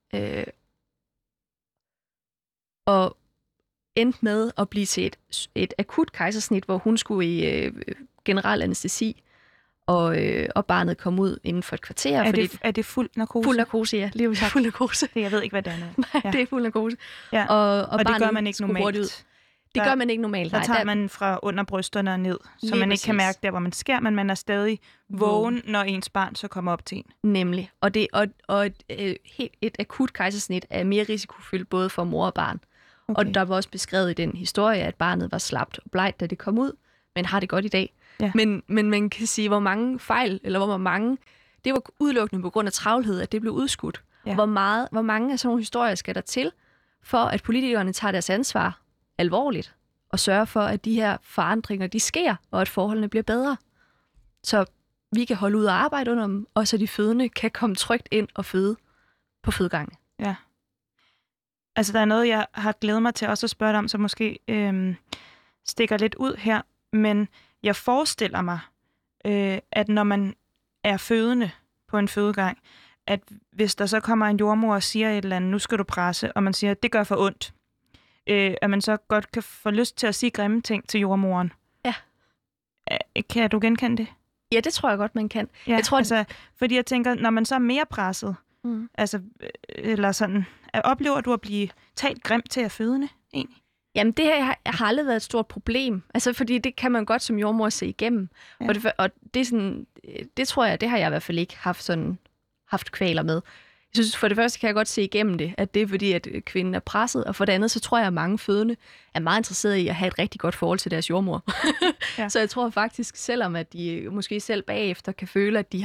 og endte med at blive til et akut kejsersnit, hvor hun skulle i generel anæstesi, og barnet kom ud inden for et kvarter. Er det fuld narkose? Fuld narkose, ja. Lige fuld narkose. Jeg ved ikke, hvad det er nu. Nej, ja. Det er fuld narkose. Ja. Og det gør man ikke normalt? Det gør man ikke normalt. Der tager man fra under brysterne og ned, så man ikke kan mærke der, hvor man sker, men man er stadig vågen, når ens barn så kommer op til en. Nemlig. Og et akut kejsersnit er mere risikofyldt både for mor og barn. Okay. Og der var også beskrevet i den historie, at barnet var slapt og blegt, da det kom ud, men har det godt i dag. Ja. Men man kan sige, hvor mange fejl, eller hvor mange, det var udelukkende på grund af travlhed, at det blev udskudt. Ja. Hvor mange af sådan nogle historier skal der til, for at politikerne tager deres ansvar alvorligt, og sørger for, at de her forandringer, de sker, og at forholdene bliver bedre. Så vi kan holde ud og arbejde under dem, og så de fødende kan komme trygt ind og føde på fødegangen. Ja. Altså, der er noget, jeg har glædet mig til også at spørge dig om, så måske stikker lidt ud her, men jeg forestiller mig, at når man er fødende på en fødegang, at hvis der så kommer en jordemoder og siger et eller andet, nu skal du presse, og man siger, at det gør for ondt, at man så godt kan få lyst til at sige grimme ting til jordemoderen. Ja. Kan du genkende det? Ja, det tror jeg godt, man kan. Ja, jeg tror, altså, fordi jeg tænker, når man så er mere presset, altså, eller sådan, oplever du at blive talt grimt til at fødende, egentlig? Jamen, det her har aldrig været et stort problem. Altså, fordi det kan man godt som jordmor se igennem. Ja. Og det er sådan, det tror jeg, det har jeg i hvert fald ikke haft kvaler med. Jeg synes, for det første kan jeg godt se igennem det, at det er fordi, at kvinden er presset, og for det andet, så tror jeg, at mange fødende er meget interesserede i at have et rigtig godt forhold til deres jordmor. Ja. Så jeg tror faktisk, selvom at de måske selv bagefter kan føle, at de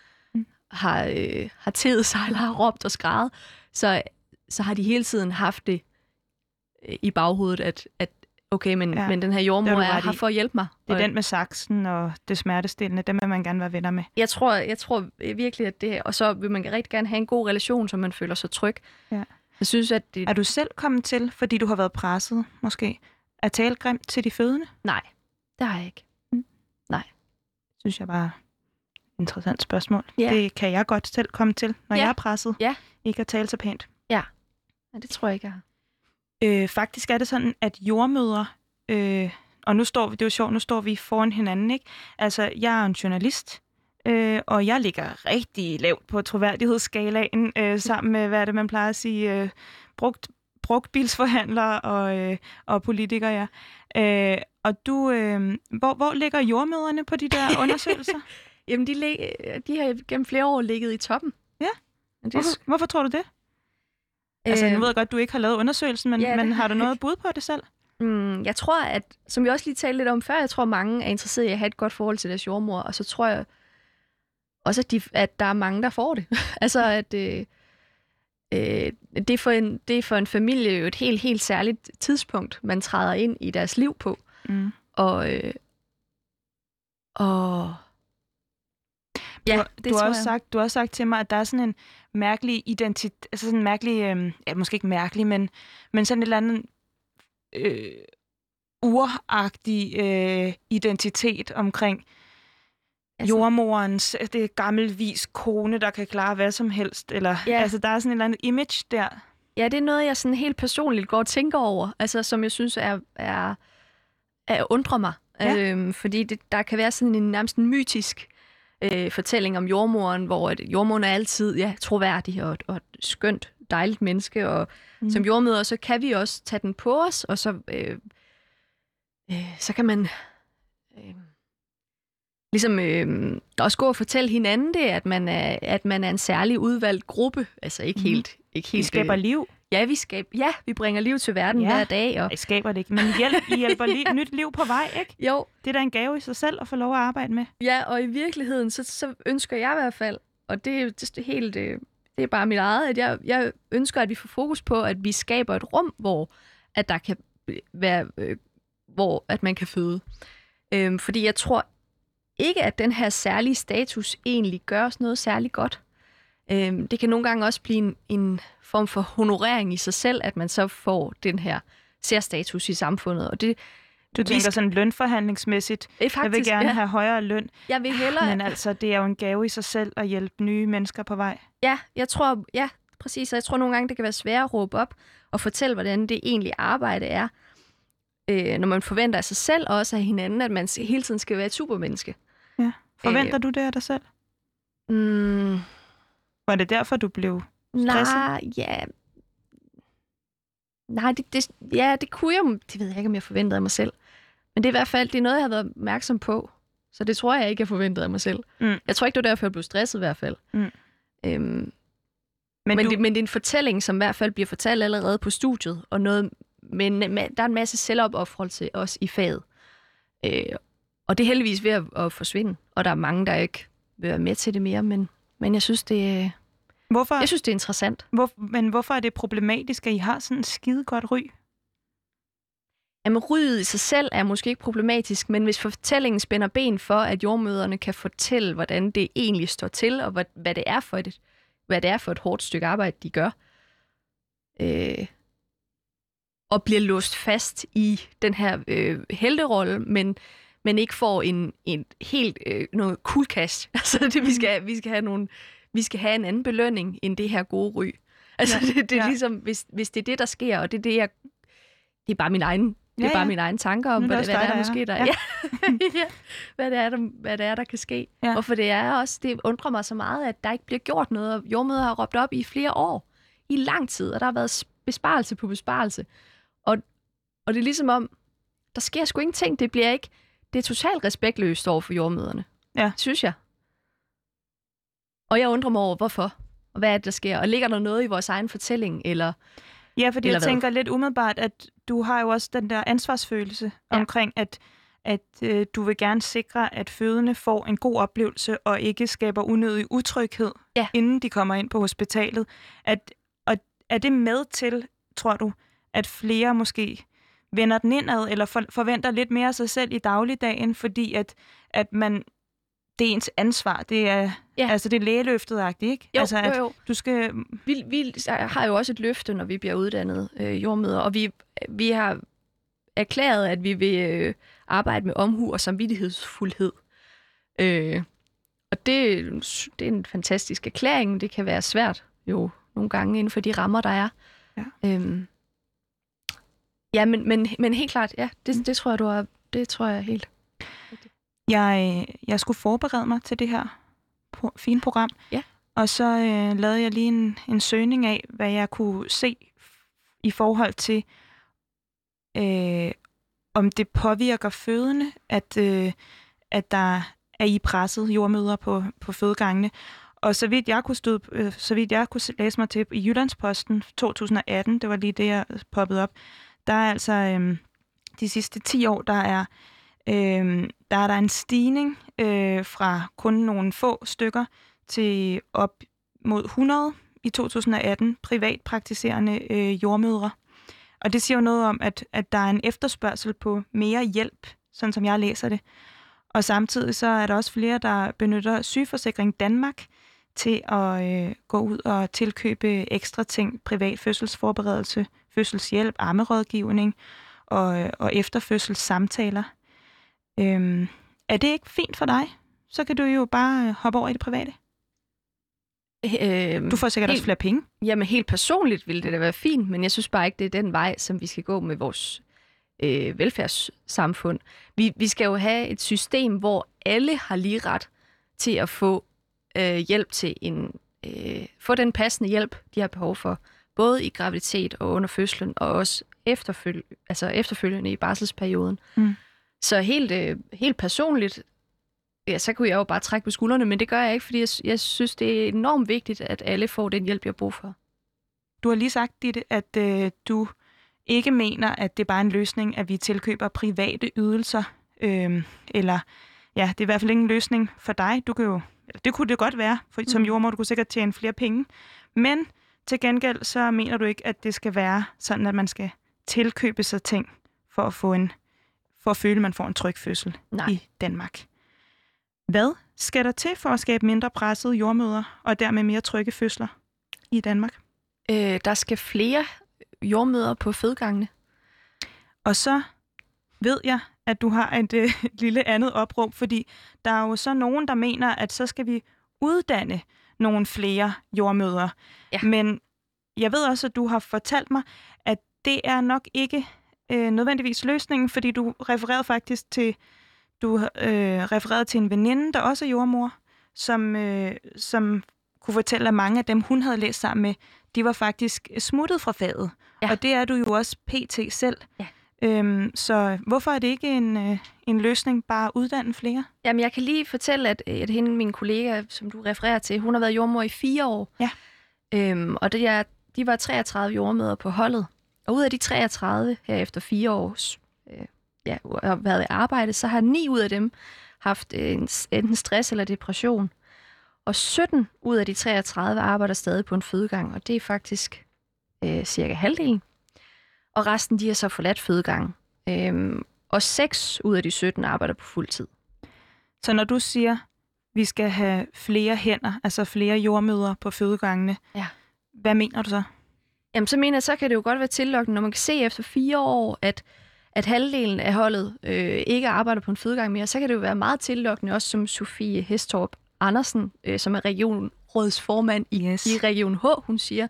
har tedet sig, eller har råbt og skrædet, så har de hele tiden haft det i baghovedet, at okay, men den her jordmor er her for at hjælpe mig. Det er den med saksen og det smertestillende, dem vil man gerne være venner med. Jeg tror virkelig, at det, og så vil man rigtig gerne have en god relation, så man føler sig tryg. Ja. Jeg synes, at det... Er du selv kommet til, fordi du har været presset, måske, at tale grimt til de fødende? Nej, det har jeg ikke. Nej. Synes jeg bare interessant spørgsmål. Ja. Det kan jeg godt selv komme til, når jeg er presset. Ja. Ikke at tale så pænt. Ja, det tror jeg ikke, jeg har. Faktisk er det sådan, at jordmødre, og nu står vi, det er jo sjovt, nu står vi foran hinanden, ikke? Altså, jeg er en journalist, og jeg ligger rigtig lavt på troværdighedsskalaen, sammen med, hvad er det, man plejer at sige, brugtbilsforhandlere og politikere, ja. Og du, hvor ligger jordmødrene på de der undersøgelser? Jamen, de har gennem flere år ligget i toppen. Ja? Hvorfor tror du det? Altså, nu ved jeg godt, at du ikke har lavet undersøgelsen, men har du noget bud på det selv? Jeg tror, at, som vi også lige talte lidt om før, jeg tror, mange er interesserede i at have et godt forhold til deres jordmor, og så tror jeg også, at der er mange, der får det. Altså, at det er for en familie jo et helt særligt tidspunkt, man træder ind i deres liv på. Og ja, du har også sagt til mig, at der er sådan en mærkelig identitet, altså sådan en mærkelig, måske ikke mærkelig, men sådan et eller andet uragtig identitet omkring jordmorens, det er gammelvis kone, der kan klare hvad som helst. Eller, altså, der er sådan et eller andet image der. Ja, det er noget, jeg sådan helt personligt går og tænker over, altså, som jeg synes er undrer mig. Ja. Fordi der kan være sådan en nærmest en mytisk fortælling om jordmoren, hvor jordmoren er altid troværdig og et skønt, dejligt menneske, og som jordmøder, så kan vi også tage den på os, og så kan man ligesom også gå og fortælle hinanden det, at man er en særlig udvalgt gruppe, altså ikke helt. Vi skaber liv. Vi bringer liv til verden hver dag. Og... I skaber det ikke, men I hjælper nyt liv på vej, ikke? Jo. Det er da en gave i sig selv at få lov at arbejde med. Ja, og i virkeligheden, så ønsker jeg i hvert fald, og det er helt, det er bare mit eget, at jeg ønsker, at vi får fokus på, at vi skaber et rum, hvor at der kan være, hvor at man kan føde. Fordi jeg tror ikke, at den her særlige status egentlig gør os noget særligt godt. Det kan nogle gange også blive en form for honorering i sig selv, at man så får den her særstatus i samfundet. Og det, du tænker sådan lønforhandlingsmæssigt. Faktisk, jeg vil gerne have højere løn. Jeg vil hellere... Men altså, det er jo en gave i sig selv at hjælpe nye mennesker på vej. Ja, præcis. Og jeg tror nogle gange, det kan være svært at råbe op og fortælle, hvordan det egentlig arbejde er. Når man forventer af sig selv og også af hinanden, at man hele tiden skal være et supermenneske. Ja. Forventer du det af dig selv? Var det derfor, du blev stresset? Nej, det kunne jeg... Det ved jeg ikke, om jeg forventede af mig selv. Men det er i hvert fald noget, jeg har været opmærksom på. Så det tror jeg ikke, jeg forventede af mig selv. Jeg tror ikke, det var derfor, jeg blev stresset i hvert fald. Men det er en fortælling, som i hvert fald bliver fortalt allerede på studiet. Og noget, men der er en masse selvopoffrelse også i faget. Og det er heldigvis ved at forsvinde. Og der er mange, der ikke vil være med til det mere, men jeg synes, det er interessant. Men hvorfor er det problematisk, at I har sådan et skide godt ry? Jamen, ryget i sig selv er måske ikke problematisk, men hvis fortællingen spænder ben for, at jordmøderne kan fortælle, hvordan det egentlig står til, og hvad det er for et hårdt stykke arbejde, de gør, og bliver låst fast i den her helterolle, men ikke får en helt noget cool cash. Altså det, vi skal have en anden belønning end det her gode ry. Altså det er ligesom, hvis det er det, der sker, og det er bare min egen, det er bare mine egne tanker om, hvad det er, måske der. Hvad det er, der kan ske. Ja. Hvorfor det undrer mig så meget, at der ikke bliver gjort noget, og jordmødre har råbt op i flere år, i lang tid, og der har været besparelse på besparelse. Og det er ligesom om, der sker sgu ingenting. Det er totalt respektløst over for jordmøderne. Ja. Synes jeg. Og jeg undrer mig over, hvorfor? Og hvad er det, der sker? Og ligger der noget i vores egen fortælling? Eller jeg tænker lidt umiddelbart, at du har jo også den der ansvarsfølelse omkring, at du vil gerne sikre, at fødende får en god oplevelse og ikke skaber unødig utryghed, inden de kommer ind på hospitalet. Og er det med til, tror du, at flere måske vender den indad, eller forventer lidt mere af sig selv i dagligdagen, fordi at man, det er ens ansvar. Det er, altså det er lægeløftet-agtigt, ikke? Jo, altså, at jo. Du skal... Vi har jo også et løfte, når vi bliver uddannet jordmødre, og vi har erklæret, at vi vil arbejde med omhu og samvittighedsfuldhed. Og det er en fantastisk erklæring. Det kan være svært jo nogle gange inden for de rammer, der er. Ja. Men helt klart, det tror jeg, du har. Det tror jeg helt. Jeg skulle forberede mig til det her fine program, og så lavede jeg lige en søgning af, hvad jeg kunne se i forhold til, om det påvirker fødende, at der er i presset jordmødre på fødegangene. Og så vidt jeg kunne læse mig til i Jyllandsposten 2018, det var lige det, jeg poppede op, der er altså de sidste 10 år, der er der en stigning fra kun nogle få stykker til op mod 100 i 2018 privatpraktiserende jordmødre. Og det siger jo noget om, at der er en efterspørgsel på mere hjælp, sådan som jeg læser det. Og samtidig så er der også flere, der benytter Sygeforsikring Danmark til at gå ud og tilkøbe ekstra ting, privat fødselsforberedelse, fødselshjælp, ammerådgivning. og efterfødselssamtaler. Er det ikke fint for dig? Så kan du jo bare hoppe over i det private. Du får sikkert også flere penge. Jamen helt personligt ville det da være fint, men jeg synes bare ikke, det er den vej, som vi skal gå med vores velfærdssamfund. Vi skal jo have et system, hvor alle har lige ret til at få hjælp til få den passende hjælp, de har behov for, både i graviditet og under fødslen, og også efterfølgende i barselsperioden. Så helt personligt, ja, så kunne jeg jo bare trække på skuldrene, men det gør jeg ikke, fordi jeg synes, det er enormt vigtigt, at alle får den hjælp, jeg har brug for. Du har lige sagt, Ditte, at du ikke mener, at det er bare en løsning, at vi tilkøber private ydelser. Eller, ja, det er i hvert fald ikke en løsning for dig. Det kunne det godt være, for som jordmor, du kunne sikkert tjene flere penge. Men til gengæld, så mener du ikke, at det skal være sådan, at man skal tilkøbe sig ting for at føle, at man får en tryg fødsel i Danmark. Hvad skal der til for at skabe mindre pressede jordmødre og dermed mere trygge fødsler i Danmark? Der skal flere jordmødre på fødegangene. Og så ved jeg, at du har et lille andet opråb, fordi der er jo så nogen, der mener, at så skal vi uddanne nogle flere jordmødre. Ja. Men jeg ved også, at du har fortalt mig, at det er nok ikke nødvendigvis løsningen, fordi du refererede faktisk til en veninde, der også er jordmor, som kunne fortælle, at mange af dem, hun havde læst sammen med, de var faktisk smuttet fra faget. Ja. Og det er du jo også pt. Selv. Ja. Så hvorfor er det ikke en løsning bare at uddanne flere? Jamen, jeg kan lige fortælle, at hende, min kollega, som du refererer til, hun har været jordmor i 4 år. Ja. Og de var 33 jordmødre på holdet. Og ud af de 33 her efter 4 års har været i arbejde, så har 9 ud af dem haft enten stress eller depression. Og 17 ud af de 33 arbejder stadig på en fødegang, og det er faktisk cirka halvdelen. Og resten, de har så forladt fødegangen. Og 6 ud af de 17 arbejder på fuld tid. Så når du siger, at vi skal have flere hænder, altså flere jordmødre på fødegangene, hvad mener du så? Jamen, så mener jeg, så kan det jo godt være tillokkende, når man kan se efter 4 år, at halvdelen af holdet ikke arbejder på en fødegang mere, så kan det jo være meget tillokkende, også som Sofie Hestorp Andersen, som er regionrådsformand i Region H, hun siger.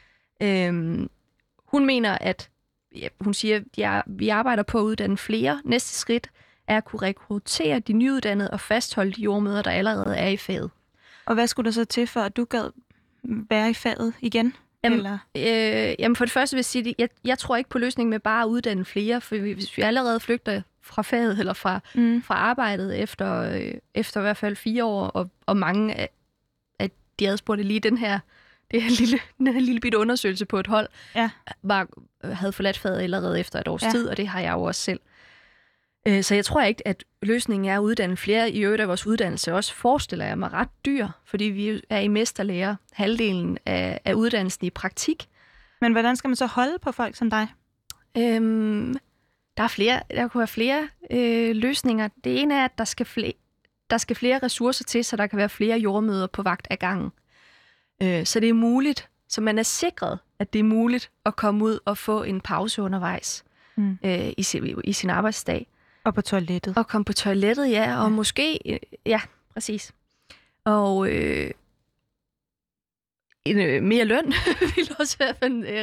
Hun mener, at vi arbejder på at uddanne flere. Næste skridt er at kunne rekruttere de nyuddannede og fastholde de jordmødre, der allerede er i faget. Og hvad skulle der så til, for at du gad være i faget igen? Jamen for det første vil jeg sige, at jeg tror ikke på løsningen med bare at uddanne flere, for hvis vi allerede flygter fra faget eller fra arbejdet efter i hvert fald 4 år, og mange af de adspurgte lige den her lille bitte undersøgelse på et hold, havde forladt faget allerede efter et års tid, og det har jeg jo også selv. Så jeg tror ikke, at løsningen er at uddanne flere. I øvrigt er vores uddannelse også, forestiller jeg mig, ret dyr, fordi vi er i mesterlærer halvdelen af uddannelsen i praktik. Men hvordan skal man så holde på folk som dig? Der kunne være flere løsninger. Det ene er, at der skal flere ressourcer til, så der kan være flere jordmødre på vagt ad gangen. Så det er muligt, så man er sikret, at det er muligt at komme ud og få en pause undervejs i sin arbejdsdag. Og på toilettet. Og komme på toilettet, ja. Og måske, præcis. Og mere løn ville også være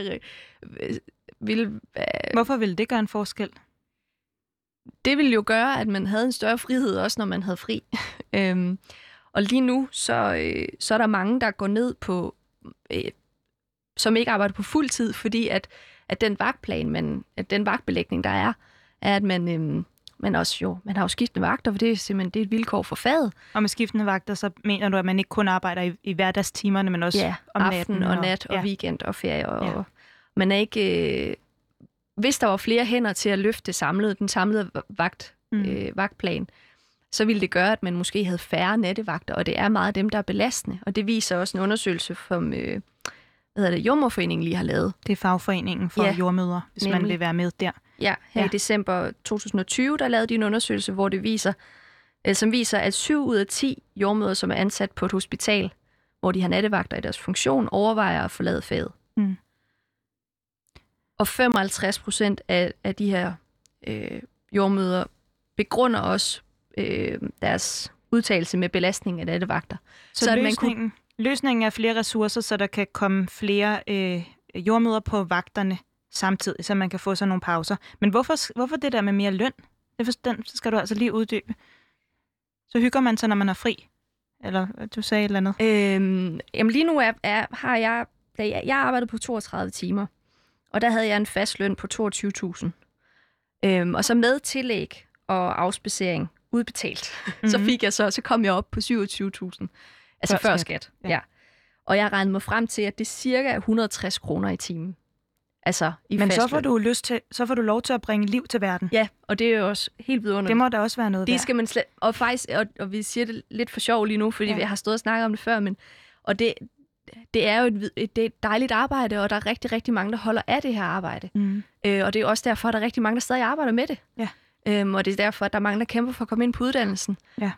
Hvorfor ville det gøre en forskel? Det ville jo gøre, at man havde en større frihed, også når man havde fri. Og lige nu, så er der mange, der går ned på, som ikke arbejder på fuld tid, fordi at den vagtplan, den vagtbelægning, der er at man har jo skiftende vagter, for det er simpelthen et vilkår for faget. Og med skiftende vagter, så mener du, at man ikke kun arbejder i hverdagstimerne, men også om natten? Aften og nat og weekend og ferie. Og man er ikke... hvis der var flere hænder til at løfte den samlede vagtplan, så ville det gøre, at man måske havde færre nattevagter, og det er meget dem, der er belastende. Og det viser også en undersøgelse, som Jordmorforeningen lige har lavet. Det er fagforeningen for jordmødre, hvis man vil være med der. Ja, her i december 2020, der lavede de en undersøgelse, hvor som viser, at 7 ud af 10 jordmødre, som er ansat på et hospital, hvor de har nattevagter i deres funktion, overvejer at forlade faget. Og 55% af de her jordmødre begrunder også deres udtalelse med belastning af nattevagter. Så løsningen er flere ressourcer, så der kan komme flere jordmødre på vagterne samtidig, så man kan få sådan nogle pauser. Men hvorfor det der med mere løn? Den skal du altså lige uddybe. Så hygger man sig, når man er fri? Eller du sagde et eller andet? Jamen lige nu har jeg arbejdet på 32 timer, og der havde jeg en fast løn på 22.000. Og så med tillæg og afspacering udbetalt, så kom jeg op på 27.000. Altså før skat. Ja. Og jeg regnede mig frem til, at det er cirka 160 kroner i timen. Altså i Men så får du lov til at bringe liv til verden. Ja, og det er jo også helt vidunderligt. Det må da også være noget det skal man og faktisk, og vi siger det lidt for sjov lige nu, fordi jeg har stået og snakket om det før, og det er jo et dejligt arbejde, og der er rigtig, rigtig mange, der holder af det her arbejde. Og det er også derfor, at der er rigtig mange, der stadig arbejder med det. Ja. Og det er derfor, at der er mange, der kæmper for at komme ind på uddannelsen. Ja.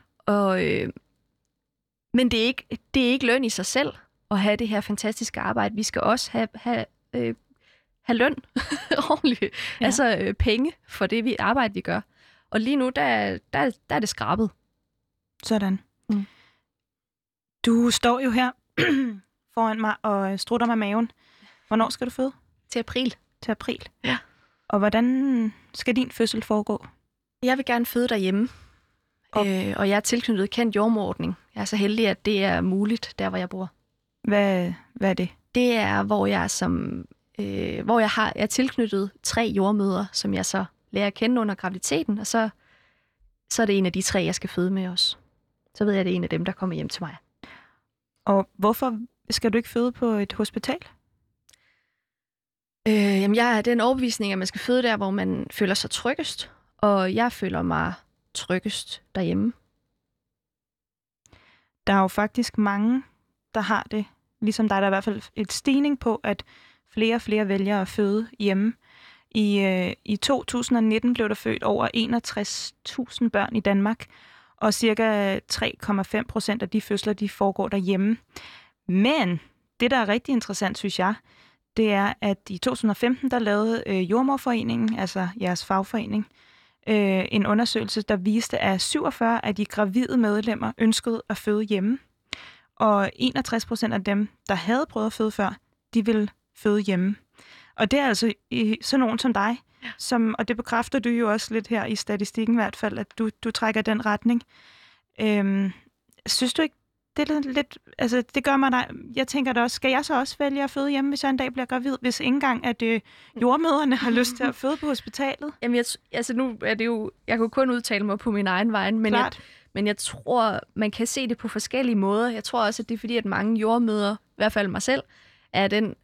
Men det er ikke løn i sig selv at have det her fantastiske arbejde. Vi skal også have løn ordentligt. Ja. Altså penge for det arbejde, vi gør. Og lige nu, der er det skrabet. Sådan. Du står jo her foran mig og strutter med maven. Hvornår skal du føde? Til april. Til april? Ja. Og hvordan skal din fødsel foregå? Jeg vil gerne føde derhjemme. Og jeg er tilknyttet kendt jordmorordning. Jeg er så heldig, at det er muligt, der hvor jeg bor. Hvad er det? Det er, hvor jeg er tilknyttet 3 jordmødre, som jeg så lærer at kende under graviditeten, og så er det en af de 3, jeg skal føde med også. Så ved jeg, at det er en af dem, der kommer hjem til mig. Og hvorfor skal du ikke føde på et hospital? Jamen, jeg er den overbevisning, at man skal føde der, hvor man føler sig tryggest, og jeg føler mig tryggest derhjemme. Der er jo faktisk mange, der har det, ligesom dig. Der er i hvert fald et stigning på, at flere og flere vælger at føde hjemme. I 2019 blev der født over 61.000 børn i Danmark, og cirka 3,5% af de fødsler, de foregår derhjemme. Men det, der er rigtig interessant, synes jeg, det er, at i 2015, der lavede Jordmoderforeningen, altså jeres fagforening, en undersøgelse, der viste, at 47 af de gravide medlemmer ønskede at føde hjemme. Og 61% af dem, der havde prøvet at føde før, de ville føde hjemme. Og det er altså sådan nogen som dig, og det bekræfter du jo også lidt her i statistikken i hvert fald, at du trækker den retning. Synes du ikke, det er lidt, altså det gør mig der, jeg tænker da også, skal jeg så også vælge at føde hjemme, hvis jeg en dag bliver gravid, hvis ikke engang at jordmødrene har lyst til at føde på hospitalet? Jamen, nu er det jo, jeg kunne kun udtale mig på min egen vej, men jeg tror, man kan se det på forskellige måder. Jeg tror også, at det er fordi, at mange jordmødre, i hvert fald mig selv, er den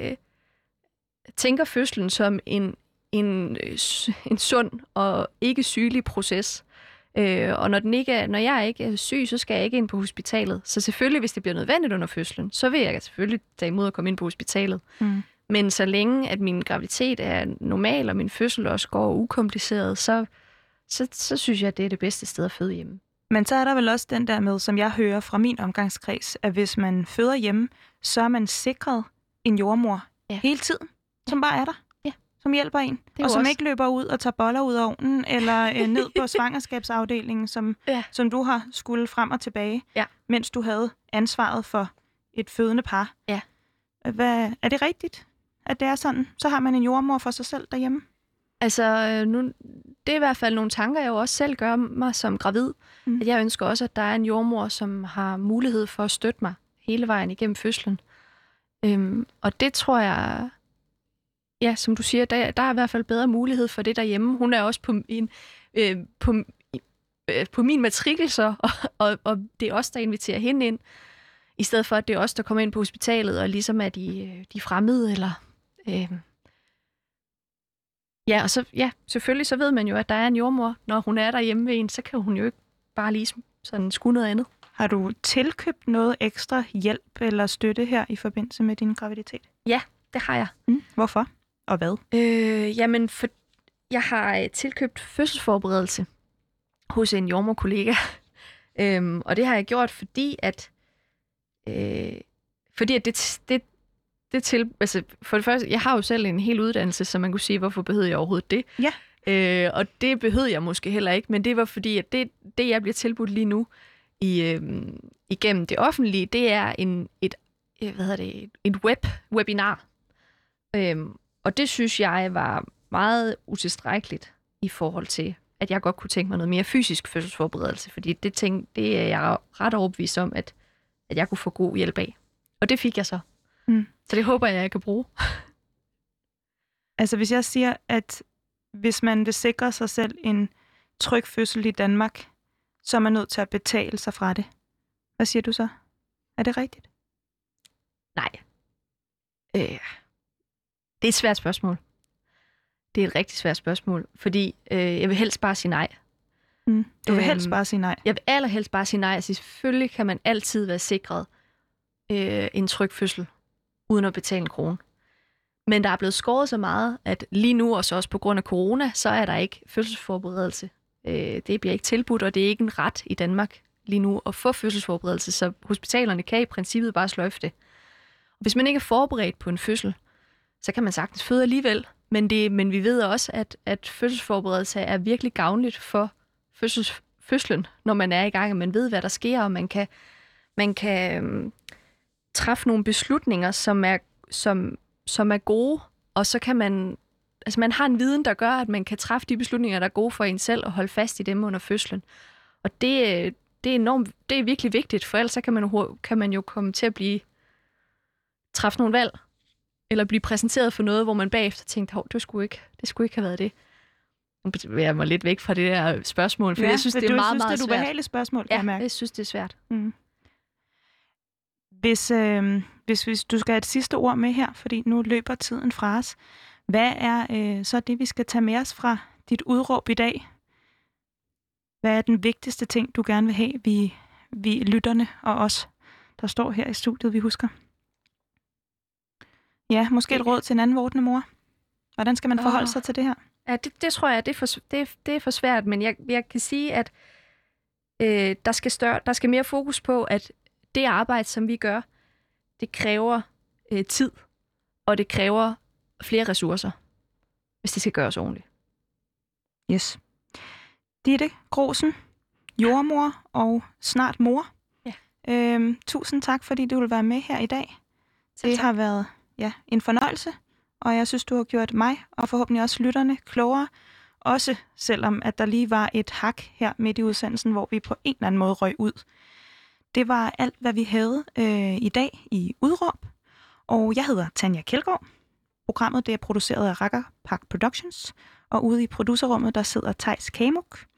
tænker fødslen som en sund og ikke sygelig proces. Og når jeg ikke er syg, så skal jeg ikke ind på hospitalet. Så selvfølgelig, hvis det bliver nødvendigt under fødslen, så vil jeg selvfølgelig tage imod at komme ind på hospitalet. Men så længe, at min graviditet er normal, og min fødsel også går ukompliceret, så synes jeg, at det er det bedste sted at føde hjemme. Men så er der vel også den der med, som jeg hører fra min omgangskreds, at hvis man føder hjemme, så er man sikret en jordmor hele tiden, som bare er der. Som hjælper en, og som ikke løber ud og tager boller ud af ovnen, eller ned på svangerskabsafdelingen, som du har skulle frem og tilbage, mens du havde ansvaret for et fødende par. Ja. Er det rigtigt, at det er sådan? Så har man en jordmor for sig selv derhjemme? Altså, det er i hvert fald nogle tanker, jeg jo også selv gør mig som gravid. At jeg ønsker også, at der er en jordmor, som har mulighed for at støtte mig hele vejen igennem fødslen. Og det tror jeg... Ja, som du siger, der er i hvert fald bedre mulighed for det derhjemme. Hun er også på min matrikel så, og det er os, der inviterer hende ind, i stedet for, at det er os, der kommer ind på hospitalet, og ligesom er de fremmede, eller... Ja, og så, selvfølgelig så ved man jo, at der er en jordmor. Når hun er derhjemme ved en, så kan hun jo ikke bare lige sådan skue noget andet. Har du tilkøbt noget ekstra hjælp eller støtte her i forbindelse med din graviditet? Ja, det har jeg. Hvorfor? Og hvad? Jamen, jeg har tilkøbt fødselsforberedelse hos en jordmorkollega. Og det har jeg gjort, fordi at altså for det første, jeg har jo selv en hel uddannelse, så man kunne sige, hvorfor behøver jeg overhovedet det? Ja. Og det behøvede jeg måske heller ikke, men det var fordi, at det jeg bliver tilbudt lige nu igennem det offentlige, det er et webinar. Og det synes jeg var meget utilstrækkeligt i forhold til, at jeg godt kunne tænke mig noget mere fysisk fødselsforberedelse, fordi det er jeg ret overbevist om, at jeg kunne få god hjælp af. Og det fik jeg så. Så det håber jeg kan bruge. Altså hvis jeg siger, at hvis man vil sikre sig selv en tryg fødsel i Danmark, så er man nødt til at betale sig fra det. Hvad siger du så? Er det rigtigt? Nej. Det er et svært spørgsmål. Det er et rigtig svært spørgsmål, fordi jeg vil helst bare sige nej. Du vil helst bare sige nej? Jeg vil allerhelst bare sige nej. Altså, selvfølgelig kan man altid være sikret en tryg fødsel, uden at betale en krone. Men der er blevet skåret så meget, at lige nu, og så også på grund af corona, så er der ikke fødselsforberedelse. Det bliver ikke tilbudt, og det er ikke en ret i Danmark lige nu at få fødselsforberedelse, så hospitalerne kan i princippet bare sløjfe det. Hvis man ikke er forberedt på en fødsel, så kan man sagtens føde alligevel, men vi ved også, at fødselsforberedelse er virkelig gavnligt for fødslen, når man er i gang, og man ved, hvad der sker, og man kan træffe nogle beslutninger, som er gode, og så kan man har en viden, der gør, at man kan træffe de beslutninger, der er gode for en selv, og holde fast i dem under fødslen. Og det er virkelig vigtigt, for ellers så kan man jo komme til at træffe nogle valg, eller blive præsenteret for noget, hvor man bagefter tænkte, det skulle ikke have været det. Nu bevæger jeg mig lidt væk fra det der spørgsmål, for jeg synes, det er meget, meget svært. Det er et ubehageligt spørgsmål, kan jeg mærke. Jeg synes, det er svært. Hvis du skal have et sidste ord med her, fordi nu løber tiden fra os, hvad er så det, vi skal tage med os fra dit udråb i dag? Hvad er den vigtigste ting, du gerne vil have, vi lytterne og os, der står her i studiet, vi husker? Ja, måske et råd til en anden vordende mor. Hvordan skal man forholde sig til det her? Ja, det tror jeg, det er for svært, men jeg kan sige, at der skal mere fokus på, at det arbejde, som vi gør, det kræver tid, og det kræver flere ressourcer, hvis det skal gøres ordentligt. Yes. Ditte Grosen, jordmor og snart mor. Ja. Tusind tak, fordi du vil være med her i dag. Det har været en fornøjelse, og jeg synes, du har gjort mig og forhåbentlig også lytterne klogere. Også selvom, at der lige var et hak her midt i udsendelsen, hvor vi på en eller anden måde røg ud. Det var alt, hvad vi havde i dag i Udråb. Og jeg hedder Tanja Kjeldgaard. Programmet det er produceret af Rakkerpak Productions. Og ude i producerrummet, der sidder Theis Kamuk.